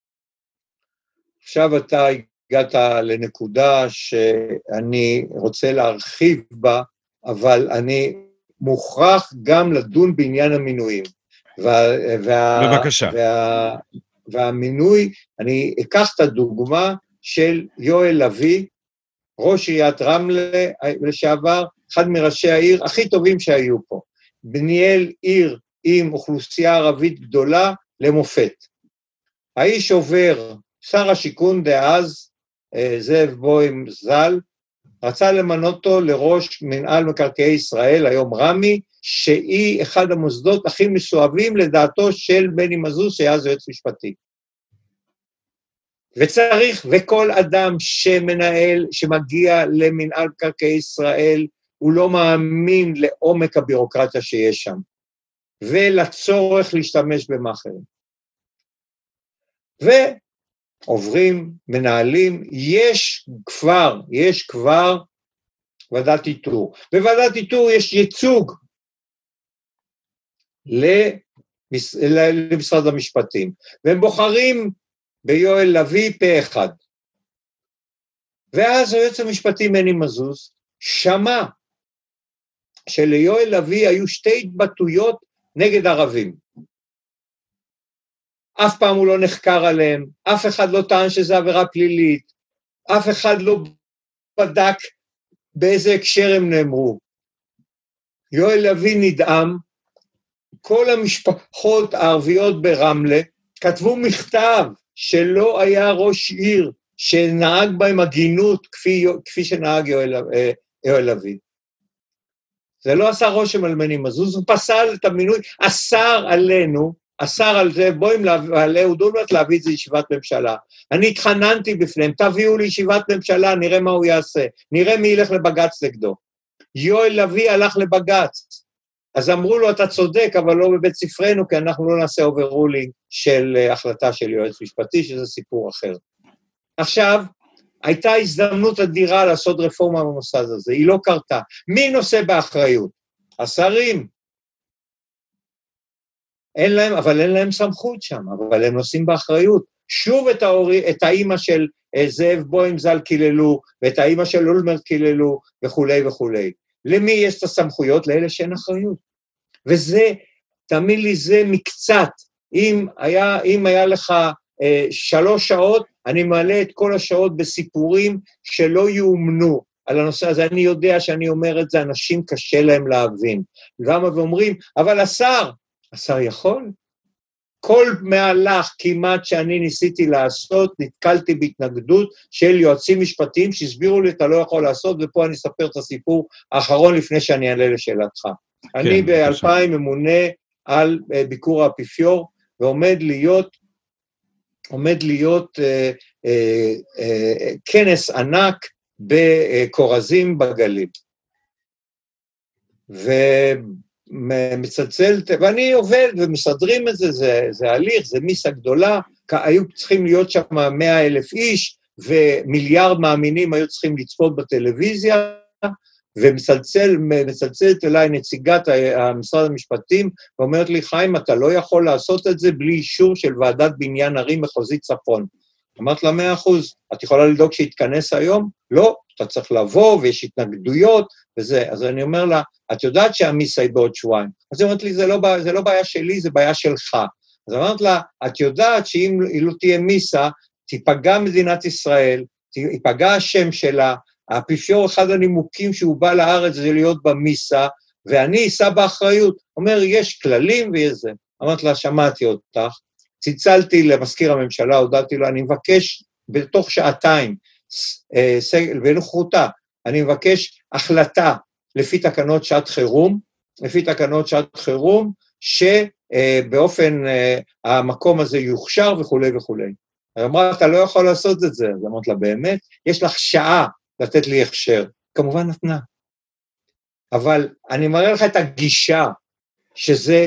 Speaker 2: עכשיו אתה הגעת לנקודה שאני רוצה להרחיב בה, אבל אני מוכרח גם לדון בעניין המינויים. וה, וה,
Speaker 1: בבקשה.
Speaker 2: וה, והמינוי, אני אקח את הדוגמה של יואל לוי, ראש עיריית רמלה לשעבר, אחד מראשי העיר הכי טובים שהיו פה. בניאל עיר עם אוכלוסייה ערבית גדולה למופת. האיש עובר, שר השיכון דאז, זאב בוים ז"ל, רצה למנות אותו לראש מנהל מקרקעי ישראל, היום רמי, שהיא אחד המוסדות הכי מסואבים לדעתו של בני מזוז, שהיה אז יועץ משפטי. וצריך, וכל אדם שמנהל, שמגיע למנהל קרקעי ישראל, הוא לא מאמין לעומק הבירוקרטיה שיש שם, ולצורך להשתמש במאכערים. ועוברים, מנהלים, יש כבר, יש כבר ועדת איתור. בוועדת איתור יש ייצוג למש... למשרד המשפטים, והם בוחרים ביואל לוי פה אחד. ואז היועץ המשפטי מני מזוז שמע שליואל לוי היו שתי התבטאויות נגד ערבים. אף פעם הוא לא נחקר עליהם, אף אחד לא טען שזה עבירה פלילית, אף אחד לא בדק באיזה הקשר הם נאמרו. יואל לוי נדהם, כל המשפחות הערביות ברמלה כתבו מכתב שלא היה ראש עיר שנהג בהם הגינות כפי, כפי שנהג יואל, יואל לוי. זה לא עשה רושם על מני מזוז, הוא פסל את המינוי, אסר עלינו, אסר על זה, בואי על אהוד אולמרט להביא את זה לישיבת ממשלה. אני התחננתי בפניהם, תביאו לישיבת ממשלה, נראה מה הוא יעשה, נראה מי ילך לבגץ נגדו. יואל לוי הלך לבגץ, אז אמרו לו, אתה צודק, אבל לא בבית ספרנו, כי אנחנו לא נעשה אוברולינג של החלטה של יועץ משפטי, שזה סיפור אחר. עכשיו, הייתה הזדמנות אדירה לעשות רפורמה במוסד הזה, היא לא קרתה. מי נושא באחריות? השרים. אין להם, אבל אין להם סמכות שם, אבל הם נושאים באחריות. שוב את, ההורי, את האמא של זאב בוים ז"ל קיללו, ואת האמא של אולמרט קיללו, וכו' וכו'. למי יש את הסמכויות? לאלה שאין אחריות. וזה, תאמין לי, זה מקצת. אם היה, אם היה לך אה, שלוש שעות, אני מעלה את כל השעות בסיפורים שלא יאומנו על הנושא הזה. אני יודע שאני אומר את זה, אנשים קשה להם להבין. למה ואומרים, אבל השר, השר יכול? כל מהלך כמעט שאני ניסיתי לעשות, נתקלתי בהתנגדות של יועצים משפטיים שהסבירו לי, אתה לא יכול לעשות, ופה אני אספר את הסיפור האחרון לפני שאני אעלה לשאלתך. כן, אני ב-אלפיים ממונה על ביקור האפיפיור, ועומד להיות, עומד להיות אה, אה, אה, כנס ענק בקורזים בגליל. ו... מצלצל, ואני עובד ומסדרים את זה, זה, זה הליך, זה מיסה גדולה, היו צריכים להיות שם מאה אלף איש, ומיליארד מאמינים היו צריכים לצפות בטלוויזיה, ומצלצל, מצלצלת אליי נציגת המשרד המשפטים, ואומרת לי, חיים, אתה לא יכול לעשות את זה בלי אישור של ועדת בניין ערים מחוזית צפון. אמרת לה, מאה אחוז, את יכולה לדאוג שיתכנס היום? לא, אתה צריך לבוא, ויש התנגדויות, וזה. אז אני אומר לה, את יודעת שהמיסה היא בעוד שבועיים. אז היא אומרת לי, זה לא, זה לא בעיה שלי, זה בעיה שלך. אז אמרת לה, את יודעת שאם לא תהיה מיסה, תיפגע מדינת ישראל, תיפגע השם שלה, האפיפיור אחד הנימוקים שהוא בא לארץ זה להיות במיסה, ואני אשא באחריות. אומר, יש כללים ויש זה. אמרת לה, שמעתי אותך, צלצלתי למזכיר הממשלה, הודעתי לו, אני מבקש בתוך שעתיים, בנוכחותה, אני מבקש החלטה לפי תקנות שעת חירום, לפי תקנות שעת חירום, שבאופן המקום הזה יוכשר וכו' וכו'. היא אמרה, אתה לא יכול לעשות את זה. אז אמרת לה, באמת, יש לך שעה לתת לי הכשר. כמובן נתנה. אבל אני מראה לך את הגישה, שזה,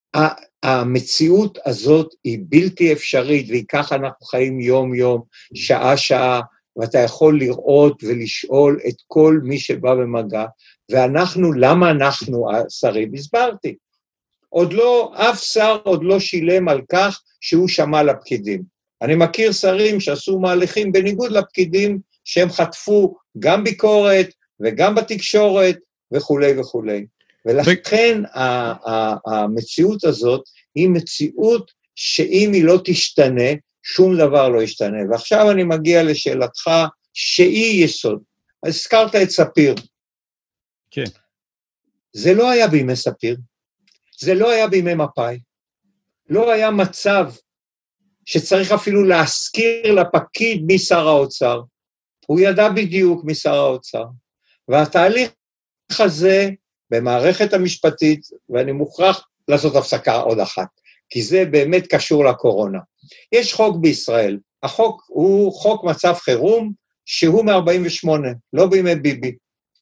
Speaker 2: המציאות הזאת היא בלתי אפשרית, והיא ככה אנחנו חיים יום יום, שעה שעה, ואתה יכול לראות ולשאול את כל מי שבא במגע, ואנחנו, למה אנחנו השרים? הסברתי. עוד לא, אף שר עוד לא שילם על כך שהוא שמע לפקידים. אני מכיר שרים שעשו מהלכים בניגוד לפקידים, שהם חטפו גם ביקורת וגם בתקשורת וכו' וכו'. ולכן המציאות הזאת היא מציאות שאם היא לא תשתנה, שום דבר לא ישתנה. ועכשיו אני מגיע לשאלתך שהיא יסוד. אז הזכרת את ספיר.
Speaker 1: כן.
Speaker 2: זה לא היה בימי ספיר, זה לא היה בימי מפאי, לא היה מצב שצריך אפילו להזכיר לפקיד מי שר האוצר. הוא ידע בדיוק מי שר האוצר. והתהליך הזה במערכת המשפטית, ואני מוכרח לעשות הפסקה עוד אחת, כי זה באמת קשור לקורונה. יש חוק בישראל, החוק הוא חוק מצב חירום, שהוא מ-ארבעים ושמונה, לא בימי ביבי.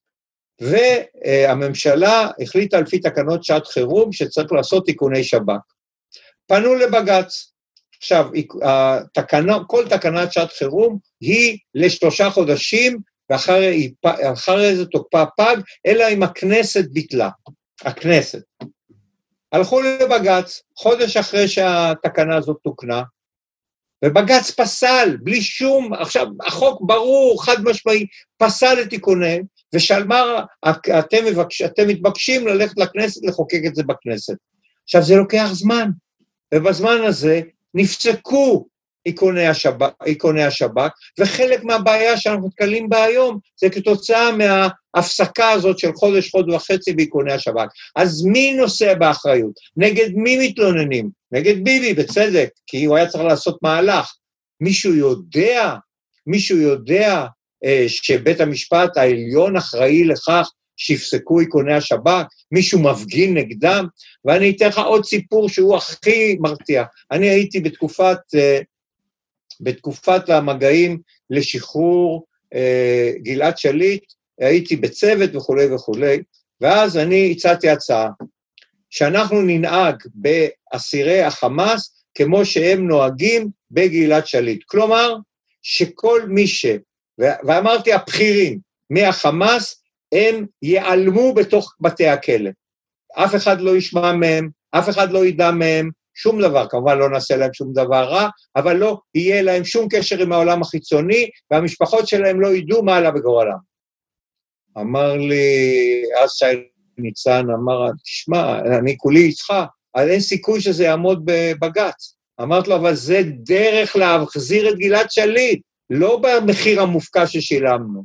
Speaker 2: והממשלה החליטה על פי תקנות שעת חירום, שצריך לעשות תיקוני שב"כ. פנו לבג"ץ. עכשיו, התקנה, כל תקנת שעת חירום היא לשלושה חודשים, ואחרי זה תוקפה פג, אלא אם הכנסת ביטלה. הכנסת. הלכו לבג"ץ, חודש אחרי שהתקנה הזאת תוקנה, ובג"ץ פסל, בלי שום, עכשיו, החוק ברור, חד משמעי, פסל את תיקוני, ושאלמר, אתם, מבקש, אתם מתבקשים ללכת לכנסת, לחוקק את זה בכנסת. עכשיו, זה לוקח זמן, ובזמן הזה נפסקו עיקוני השב"כ, עיקוני השב"כ, וחלק מהבעיה שאנחנו מתקלים בה היום, זה כתוצאה מההפסקה הזאת של חודש, חודש וחצי בעיקוני השב"כ. אז מי נושא באחריות? נגד מי מתלוננים? נגד ביבי, בצדק, כי הוא היה צריך לעשות מהלך. מישהו יודע, מישהו יודע אה, שבית המשפט העליון אחראי לכך שיפסקו עיקוני השב"כ, מישהו מפגין נגדם, ואני אתן לך עוד סיפור שהוא הכי מרתיע. אני הייתי בתקופת, אה, בתקופת המגעים לשחרור אה, גלעד שליט, הייתי בצוות וכו' וכו', ואז אני הצעתי הצעה, שאנחנו ננהג באסירי החמאס, כמו שהם נוהגים בגלעד שליט. כלומר, שכל מי ש... ואמרתי, הבכירים מהחמאס, הם ייעלמו בתוך בתי הכלא. אף אחד לא ישמע מהם, אף אחד לא ידע מהם, שום דבר, כמובן לא נעשה להם שום דבר רע, אבל לא יהיה להם שום קשר עם העולם החיצוני, והמשפחות שלהם לא ידעו מה עלה בגורלם. אמר לי, אז שי ניצן אמר, תשמע, אני כולי איתך, אז אין סיכוי שזה יעמוד בבג"ץ. אמרת לו, אבל זה דרך להחזיר את גלעד שליט, לא במחיר המופקע ששילמנו.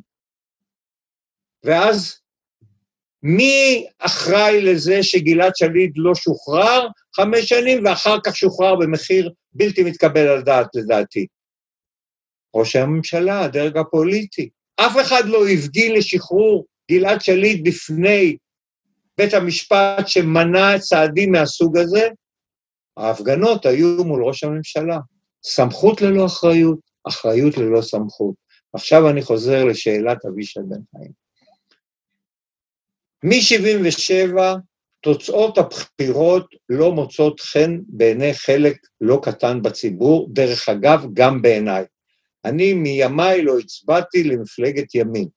Speaker 2: ואז, מי אחראי לזה שגלעד שליט לא שוחרר חמש שנים, ואחר כך שוחרר במחיר בלתי מתקבל על דעת לדעתי? ראש הממשלה, הדרג הפוליטי. אף אחד לא הפגין לשחרור גלעד שליט בפני בית המשפט שמנע צעדים מהסוג הזה. ההפגנות היו מול ראש הממשלה. סמכות ללא אחריות, אחריות ללא סמכות. עכשיו אני חוזר לשאלת אבישי בן חיים. מ-שבעים ושבע, תוצאות הבחירות לא מוצאות חן בעיני חלק לא קטן בציבור, דרך אגב גם בעיניי. אני מימיי לא הצבעתי למפלגת ימין.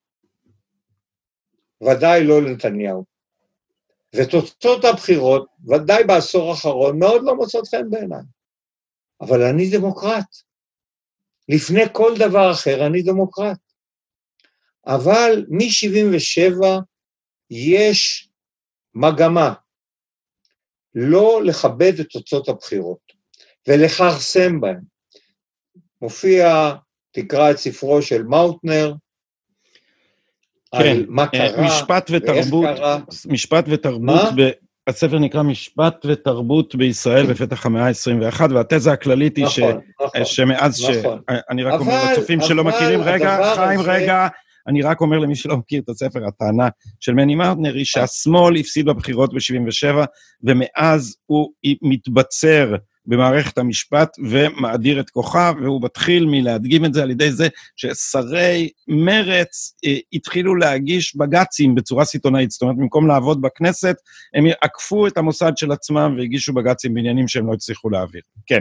Speaker 2: ודאי לא לנתניהו. ותוצאות הבחירות, ודאי בעשור האחרון, מאוד לא מוצאות חן בעיניי. אבל אני דמוקרט. לפני כל דבר אחר אני דמוקרט. אבל מ-שבעים ושבע יש מגמה לא לכבד את תוצאות הבחירות, ולחרסם בהן. מופיע, תקרא את ספרו של מאוטנר,
Speaker 1: כן,
Speaker 2: על מה קרה,
Speaker 1: משפט ותרבות, משפט ותרבות, ב, הספר נקרא משפט ותרבות בישראל בפתח המאה ה-עשרים ואחת, והתזה הכללית היא נכון, ש, נכון, שמאז נכון. ש... אני רק אבל, אומר לצופים שלא מכירים, רגע, חיים, הזה... רגע, אני רק אומר למי שלא מכיר את הספר, הטענה של מני מאוטנר היא שהשמאל הפסיד בבחירות ב-שבעים ושבע, ומאז הוא מתבצר במערכת המשפט ומאדיר את כוחה, והוא מתחיל מלהדגים את זה על ידי זה ששרי מרץ אה, התחילו להגיש בגצים בצורה סיטונאית, זאת אומרת, במקום לעבוד בכנסת, הם עקפו את המוסד של עצמם והגישו בגצים בעניינים שהם לא הצליחו להעביר. כן.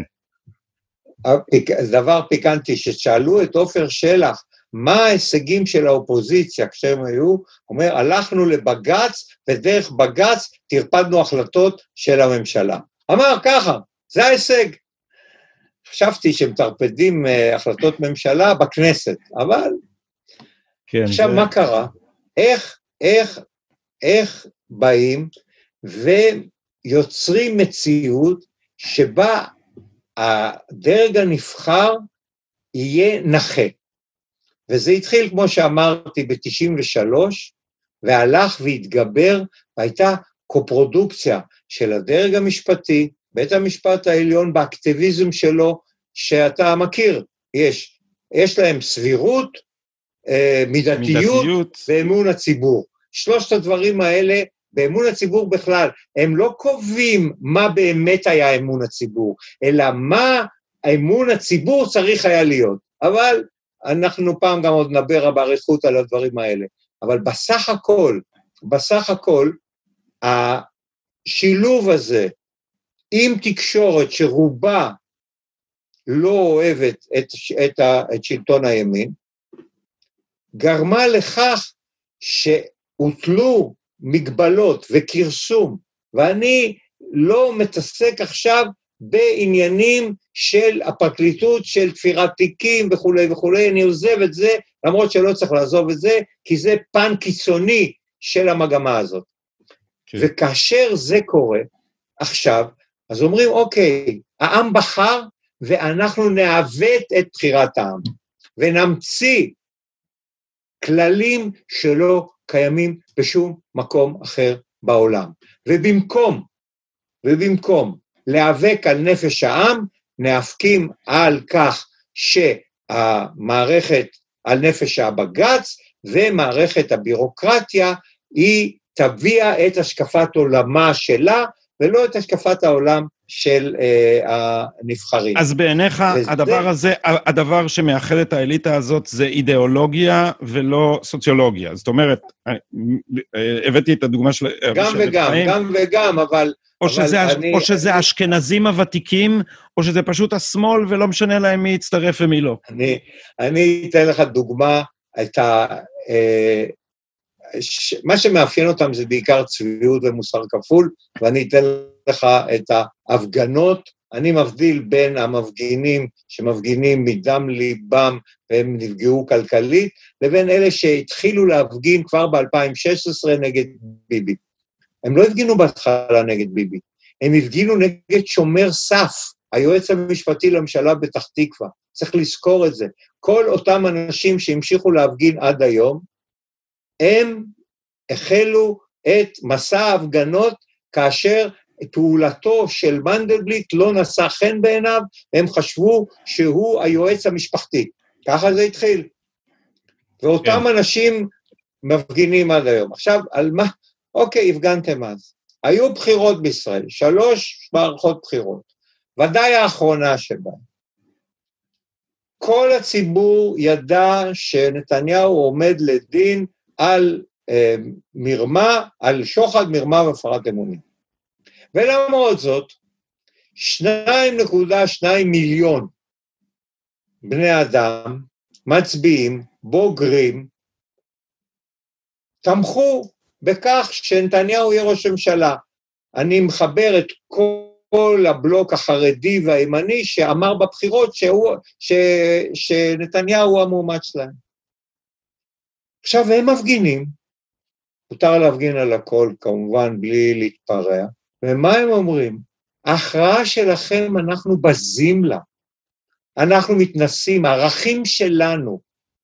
Speaker 2: דבר פיקנטי, ששאלו את עופר שלח, מה ההישגים של האופוזיציה כשהם היו, אומר, הלכנו לבגץ, ודרך בגץ תרפדנו החלטות של הממשלה. אמר ככה, זה ההישג. חשבתי שמתרפדים uh, החלטות ממשלה בכנסת, אבל כן, עכשיו זה... מה קרה? איך, איך, איך באים ויוצרים מציאות שבה הדרג הנבחר יהיה נחה. וזה התחיל, כמו שאמרתי, ב-תשעים ושלוש, והלך והתגבר, והייתה קופרודוקציה של הדרג המשפטי, בית המשפט העליון באקטיביזם שלו, שאתה מכיר, יש, יש להם סבירות, אה, מידתיות, מידתיות ואמון הציבור. שלושת הדברים האלה באמון הציבור בכלל, הם לא קובעים מה באמת היה אמון הציבור, אלא מה אמון הציבור צריך היה להיות. אבל אנחנו פעם גם עוד נדבר באריכות על הדברים האלה. אבל בסך הכל, בסך הכל, השילוב הזה, עם תקשורת שרובה לא אוהבת את, את, את שלטון הימין, גרמה לכך שהוטלו מגבלות וקרסום, ואני לא מתעסק עכשיו בעניינים של הפרקליטות, של תפירת תיקים וכו' וכו', אני עוזב את זה, למרות שלא צריך לעזוב את זה, כי זה פן קיצוני של המגמה הזאת. Okay. וכאשר זה קורה, עכשיו, אז אומרים, אוקיי, העם בחר, ואנחנו נעוות את בחירת העם, ונמציא כללים שלא קיימים בשום מקום אחר בעולם. ובמקום, ובמקום להיאבק על נפש העם, נאבקים על כך שהמערכת, על נפש הבג"ץ, ומערכת הבירוקרטיה, היא תביע את השקפת עולמה שלה, ולא את השקפת העולם של אה, הנבחרים.
Speaker 1: אז בעיניך, וזה... הדבר הזה, הדבר שמאחד את האליטה הזאת, זה אידיאולוגיה ולא סוציולוגיה. זאת אומרת, הבאתי את הדוגמה של...
Speaker 2: גם וגם, חיים. גם וגם, אבל...
Speaker 1: או,
Speaker 2: אבל
Speaker 1: שזה,
Speaker 2: אני,
Speaker 1: או שזה
Speaker 2: אני,
Speaker 1: האשכנזים הוותיקים, או שזה פשוט השמאל, ולא משנה להם מי יצטרף ומי לא.
Speaker 2: אני, אני אתן לך דוגמה, את ה... אה, ש... מה שמאפיין אותם זה בעיקר צביעות ומוסר כפול, ואני אתן לך את ההפגנות, אני מבדיל בין המפגינים שמפגינים מדם ליבם והם נפגעו כלכלית, לבין אלה שהתחילו להפגין כבר ב-אלפיים ושש עשרה נגד ביבי. הם לא הפגינו בהתחלה נגד ביבי, הם הפגינו נגד שומר סף, היועץ המשפטי לממשלה בפתח תקווה, צריך לזכור את זה. כל אותם אנשים שהמשיכו להפגין עד היום, הם החלו את מסע ההפגנות כאשר פעולתו של מנדלבליט לא נשא חן בעיניו, הם חשבו שהוא היועץ המשפחתי. ככה זה התחיל. ואותם כן. אנשים מפגינים עד היום. עכשיו, על מה? אוקיי, הפגנתם אז. היו בחירות בישראל, שלוש מערכות בחירות. ודאי האחרונה שבהן. כל הציבור ידע שנתניהו עומד לדין על אה, מרמה, על שוחד, מרמה והפרת אמונים. ולמרות זאת, שתיים נקודה שתיים מיליון בני אדם, מצביעים, בוגרים, תמכו בכך שנתניהו יהיה ראש הממשלה. אני מחבר את כל הבלוק החרדי והימני שאמר בבחירות שהוא, ש, שנתניהו הוא המועמד שלהם. עכשיו הם מפגינים, מותר להפגין על הכל כמובן בלי להתפרע, ומה הם אומרים? ההכרעה שלכם אנחנו בזים לה, אנחנו מתנסים, הערכים שלנו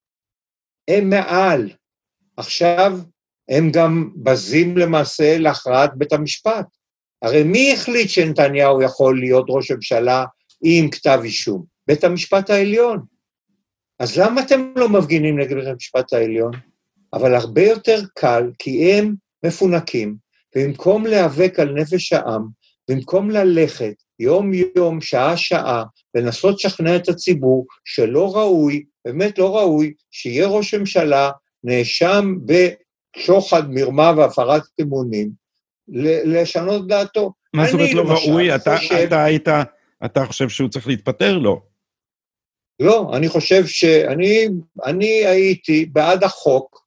Speaker 2: הם מעל, עכשיו הם גם בזים למעשה להכרעת בית המשפט, הרי מי החליט שנתניהו יכול להיות ראש הממשלה עם כתב אישום? בית המשפט העליון. אז למה אתם לא מפגינים נגד בית המשפט העליון? אבל הרבה יותר קל, כי הם מפונקים, ובמקום להיאבק על נפש העם, במקום ללכת יום יום, שעה שעה, לנסות לשכנע את הציבור שלא ראוי, באמת לא ראוי, שיהיה ראש ממשלה נאשם בשוחד, מרמה והפרת אמונים, לשנות דעתו.
Speaker 1: מה זאת אומרת לא ראוי? אתה, אתה היית, אתה חושב שהוא צריך להתפטר? לא.
Speaker 2: לא, אני חושב שאני, אני הייתי בעד החוק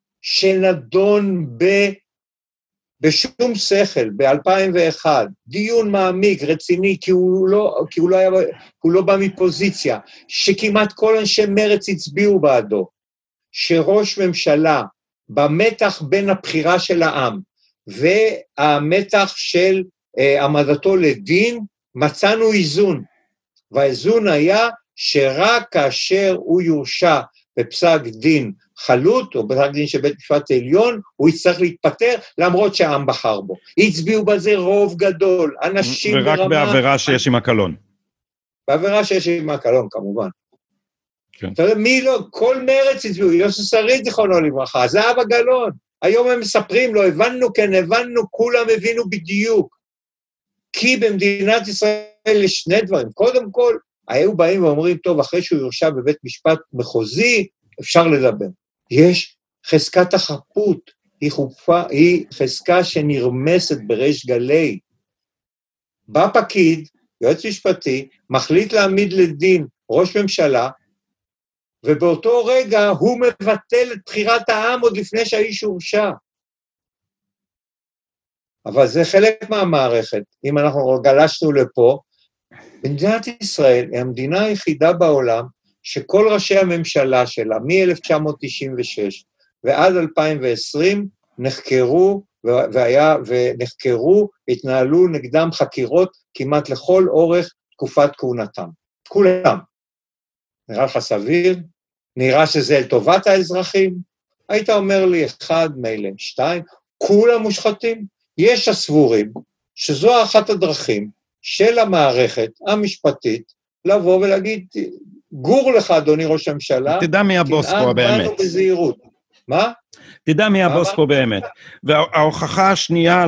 Speaker 2: שנדון ב, בשום שכל, ב-אלפיים ואחת, דיון מעמיק, רציני, כי הוא לא, כי הוא לא היה, הוא לא בא מפוזיציה, שכמעט כל אנשי מרץ הצביעו בעדו, שראש ממשלה, במתח בין הבחירה של העם, והמתח של uh, עמדתו לדין, מצאנו איזון, והאיזון היה שרק כאשר הוא יורשע בפסק דין חלוט, או בפסק דין של בית משפט העליון, הוא יצטרך להתפטר, למרות שהעם בחר בו. הצביעו בזה רוב גדול, אנשים
Speaker 1: ורק ברמה... ורק בעבירה שיש עם הקלון.
Speaker 2: בעבירה שיש עם הקלון, כמובן.
Speaker 1: כן.
Speaker 2: אתה יודע, מי לא? כל מרץ הצביעו, יוסי שריד זיכרונו לברכה, זהבה גלאון, היום הם מספרים, לא הבנו, כן הבנו, כולם הבינו בדיוק. כי במדינת ישראל יש שני דברים. קודם כל, היו באים ואומרים, טוב, אחרי שהוא יורשע בבית משפט מחוזי, אפשר לדבר. יש חזקת החפות, היא חופה, היא חזקה שנרמסת בריש גלי. בא פקיד, יועץ משפטי, מחליט להעמיד לדין ראש ממשלה, ובאותו רגע הוא מבטל את בחירת העם עוד לפני שהאיש הורשע. אבל זה חלק מהמערכת. אם אנחנו גלשנו לפה, מדינת ישראל היא המדינה היחידה בעולם שכל ראשי הממשלה שלה, מ-אלף תשע מאות תשעים ושש ועד אלפיים ועשרים, נחקרו, והיה, ונחקרו, התנהלו נגדם חקירות כמעט לכל אורך תקופת כהונתם. כולם. נראה לך סביר? נראה שזה לטובת האזרחים? היית אומר לי אחד, מילא, שתיים, כולם מושחתים. יש הסבורים שזו אחת הדרכים של המערכת המשפטית לבוא ולהגיד, גור לך, אדוני ראש הממשלה,
Speaker 1: תדע מי הבוס פה באמת.
Speaker 2: בזהירות. מה?
Speaker 1: תדע מי הבוס פה באמת. וההוכחה השנייה,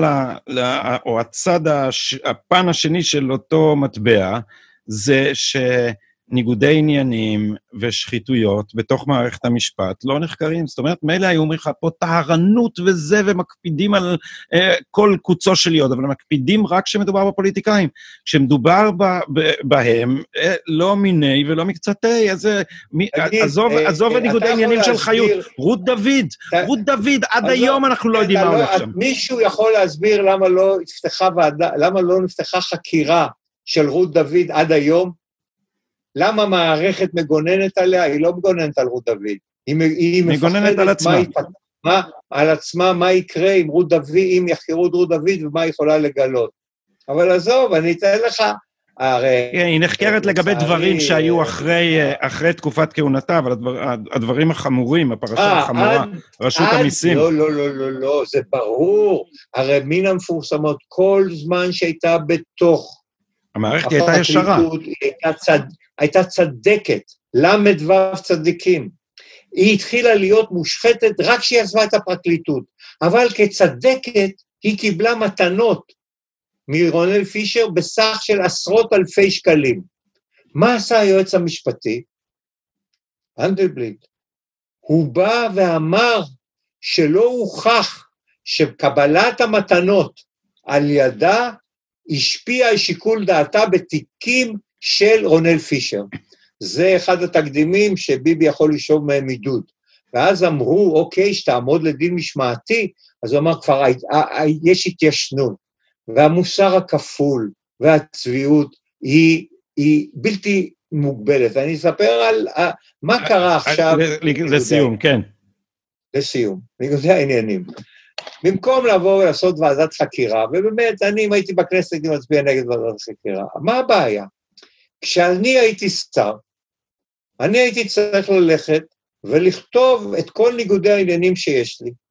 Speaker 1: או הצד, הפן השני של אותו מטבע, זה שניגודי עניינים ושחיתויות בתוך מערכת המשפט לא נחקרים. זאת אומרת, מילא היו אומרים לך פה טהרנות וזה, ומקפידים על אה, כל קוצו של יוד, אבל מקפידים רק כשמדובר בפוליטיקאים. כשמדובר ב, ב, בהם, אה, לא מיני ולא מקצתי, אז מי, תגיד, עזוב, אה, עזוב אה, ניגודי עניינים של חיות. רות דוד, ת... רות דוד, עד לא, היום אנחנו לא יודעים מה הולך שם.
Speaker 2: מישהו יכול להסביר למה לא נפתחה ועדה, למה לא נפתחה חקירה של רות דוד עד היום? למה מערכת מגוננת עליה? היא לא מגוננת על רות דוד. היא, היא
Speaker 1: מגוננת על עצמה.
Speaker 2: מה, מה, על עצמה, מה יקרה עם רות דוד, אם יחקרו את רות דוד, ומה היא יכולה לגלות. אבל עזוב, אני אתן לך, הרי...
Speaker 1: כן, היא נחקרת לגבי דברים שהיו אחרי, אחרי תקופת כהונתה, אבל הדבר, הדברים החמורים, הפרשה החמורה, רשות המיסים.
Speaker 2: לא, לא, לא, לא, לא, זה ברור. הרי מן המפורסמות, כל זמן שהייתה בתוך...
Speaker 1: המערכת הייתה ישרה.
Speaker 2: היא הייתה צד... הייתה צדקת, למד ו צדיקים. היא התחילה להיות מושחתת רק שהיא עזבה את הפרקליטות, אבל כצדקת היא קיבלה מתנות מרונל פישר בסך של עשרות אלפי שקלים. מה עשה היועץ המשפטי? מנדלבליט. הוא בא ואמר שלא הוכח שקבלת המתנות על ידה השפיעה על שיקול דעתה בתיקים של רונל פישר. זה אחד התקדימים שביבי יכול לשאוב מהם עידוד. ואז אמרו, אוקיי, שתעמוד לדין משמעתי, אז הוא אמר, כבר יש התיישנות, והמוסר הכפול והצביעות היא, היא בלתי מוגבלת. אני אספר על מה קרה עכשיו...
Speaker 1: לסיום, כן.
Speaker 2: לסיום, ניגודי העניינים. במקום לבוא ולעשות ועדת חקירה, ובאמת, אני, אם הייתי בכנסת, הייתי מצביע נגד ועדת חקירה. מה הבעיה? כשאני הייתי שר, אני הייתי צריך ללכת ולכתוב את כל ניגודי העניינים שיש לי.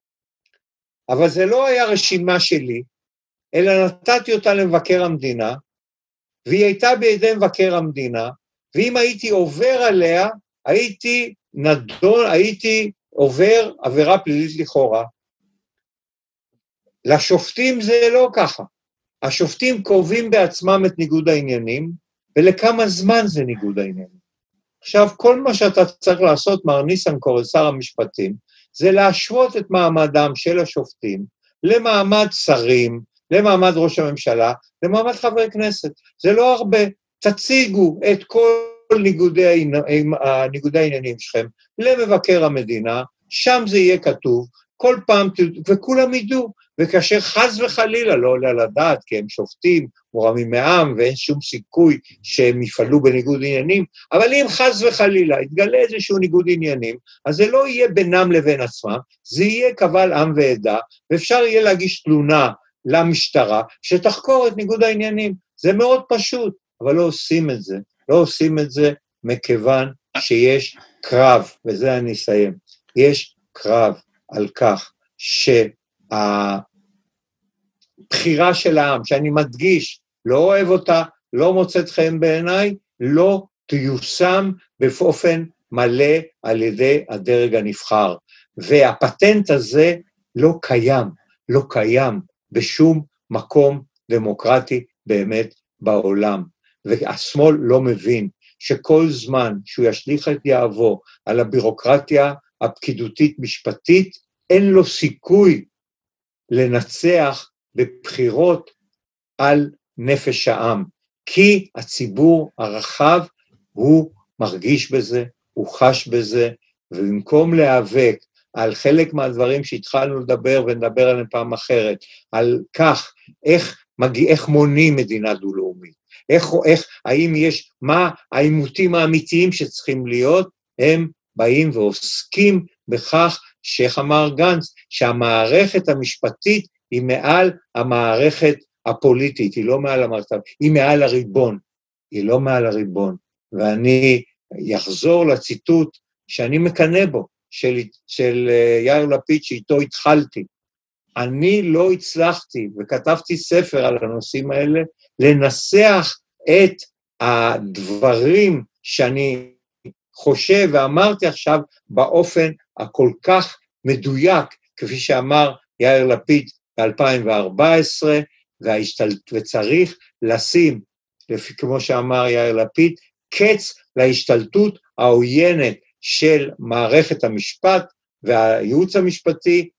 Speaker 2: אבל זה לא היה רשימה שלי, אלא נתתי אותה למבקר המדינה, והיא הייתה בידי מבקר המדינה, ואם הייתי עובר עליה, הייתי נדון, הייתי עובר עבירה פלילית לכאורה. לשופטים זה לא ככה. השופטים קובעים בעצמם את ניגוד העניינים, ולכמה זמן זה ניגוד העניינים. עכשיו, כל מה שאתה צריך לעשות, מר ניסנקורן, שר המשפטים, זה להשוות את מעמדם של השופטים למעמד שרים, למעמד ראש הממשלה, למעמד חברי כנסת. זה לא הרבה. תציגו את כל ניגודי, ניגודי העניינים שלכם למבקר המדינה, שם זה יהיה כתוב, כל פעם, וכולם ידעו, וכאשר חס וחלילה לא עולה לדעת, כי הם שופטים, מורמים מעם, ואין שום סיכוי שהם יפעלו בניגוד עניינים, אבל אם חס וחלילה יתגלה איזשהו ניגוד עניינים, אז זה לא יהיה בינם לבין עצמם, זה יהיה קבל עם ועדה, ואפשר יהיה להגיש תלונה למשטרה, שתחקור את ניגוד העניינים. זה מאוד פשוט, אבל לא עושים את זה. לא עושים את זה מכיוון שיש קרב, וזה אני אסיים, יש קרב על כך שהבחירה של העם, שאני מדגיש, לא אוהב אותה, לא מוצאת חן בעיניי, לא תיושם באופן מלא על ידי הדרג הנבחר. והפטנט הזה לא קיים, לא קיים בשום מקום דמוקרטי באמת בעולם. והשמאל לא מבין שכל זמן שהוא ישליך את יהבו על הבירוקרטיה הפקידותית משפטית, אין לו סיכוי לנצח בבחירות על נפש העם, כי הציבור הרחב הוא מרגיש בזה, הוא חש בזה, ובמקום להיאבק על חלק מהדברים שהתחלנו לדבר ונדבר עליהם פעם אחרת, על כך איך, מגיע, איך מונים מדינה דו-לאומית, איך, איך, האם יש, מה העימותים האמיתיים שצריכים להיות, הם באים ועוסקים בכך, שאיך אמר גנץ, שהמערכת המשפטית היא מעל המערכת הפוליטית, היא לא מעל המערכת, היא מעל הריבון, היא לא מעל הריבון, ואני יחזור לציטוט שאני מקנה בו, של, של יאיר לפיד שאיתו התחלתי, אני לא הצלחתי, וכתבתי ספר על הנושאים האלה, לנסח את הדברים שאני חושב ואמרתי עכשיו באופן הכל כך מדויק, כפי שאמר יאיר לפיד ב-אלפיים וארבע עשרה, וההשתלט, וצריך לשים, לפי כמו שאמר יאיר לפיד, קץ להשתלטות העוינת של מערכת המשפט והייעוץ המשפטי,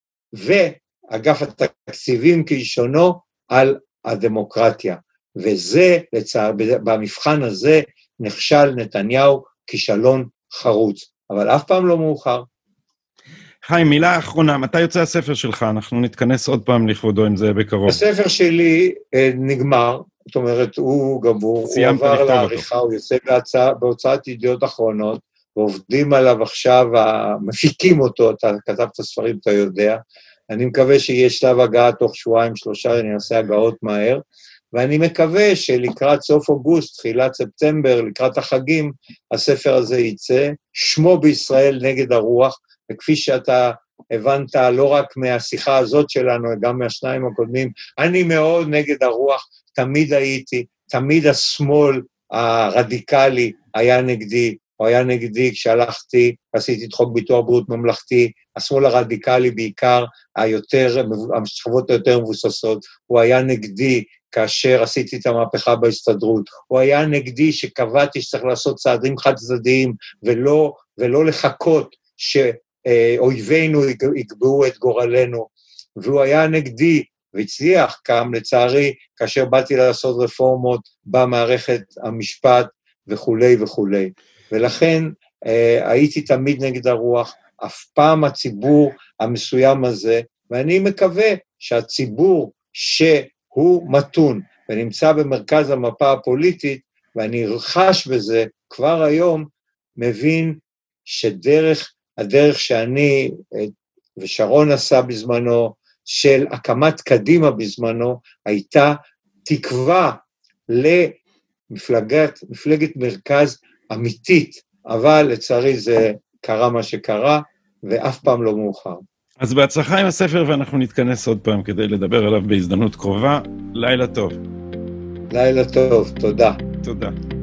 Speaker 2: ואגף התקציבים כלשונו על הדמוקרטיה. וזה, לצער, במבחן הזה נכשל נתניהו כישלון חרוץ, אבל אף פעם לא מאוחר.
Speaker 1: חיים, מילה אחרונה, מתי יוצא הספר שלך? אנחנו נתכנס עוד פעם לכבודו עם זה בקרוב.
Speaker 2: הספר שלי אה, נגמר, זאת אומרת, הוא גמור, הוא עבר לעריכה, הוא יוצא בהצעה, בהוצאת ידיעות אחרונות, ועובדים עליו עכשיו, מפיקים אותו, אתה כתבת ספרים, אתה יודע, אני מקווה שיהיה שלב הגעה תוך שבועיים, שלושה, אני אעשה הגעות מהר, ואני מקווה שלקראת סוף אוגוסט, תחילת ספטמבר, לקראת החגים, הספר הזה יצא, שמו בישראל נגד הרוח, וכפי שאתה הבנת לא רק מהשיחה הזאת שלנו, גם מהשניים הקודמים, אני מאוד נגד הרוח, תמיד הייתי, תמיד השמאל הרדיקלי היה נגדי, הוא היה נגדי כשהלכתי, עשיתי את חוק ביטוח בריאות ממלכתי, השמאל הרדיקלי בעיקר, היותר, השכבות היותר מבוססות, הוא היה נגדי כאשר עשיתי את המהפכה בהסתדרות, הוא היה נגדי שקבעתי שצריך לעשות צעדים חד צדדיים, ולא, ולא לחכות שאויבינו יקבעו את גורלנו, והוא היה נגדי, והצליח גם לצערי, כאשר באתי לעשות רפורמות במערכת המשפט וכו' וכו'. ולכן אה, הייתי תמיד נגד הרוח, אף פעם הציבור המסוים הזה, ואני מקווה שהציבור שהוא מתון ונמצא במרכז המפה הפוליטית, ואני חש בזה כבר היום, מבין שדרך, הדרך שאני ושרון עשה בזמנו, של הקמת קדימה בזמנו, הייתה תקווה למפלגת, מפלגת מרכז אמיתית, אבל לצערי זה קרה מה שקרה, ואף פעם לא מאוחר.
Speaker 1: אז בהצלחה עם הספר, ואנחנו נתכנס עוד פעם כדי לדבר עליו בהזדמנות קרובה. לילה טוב.
Speaker 2: לילה טוב, תודה.
Speaker 1: תודה.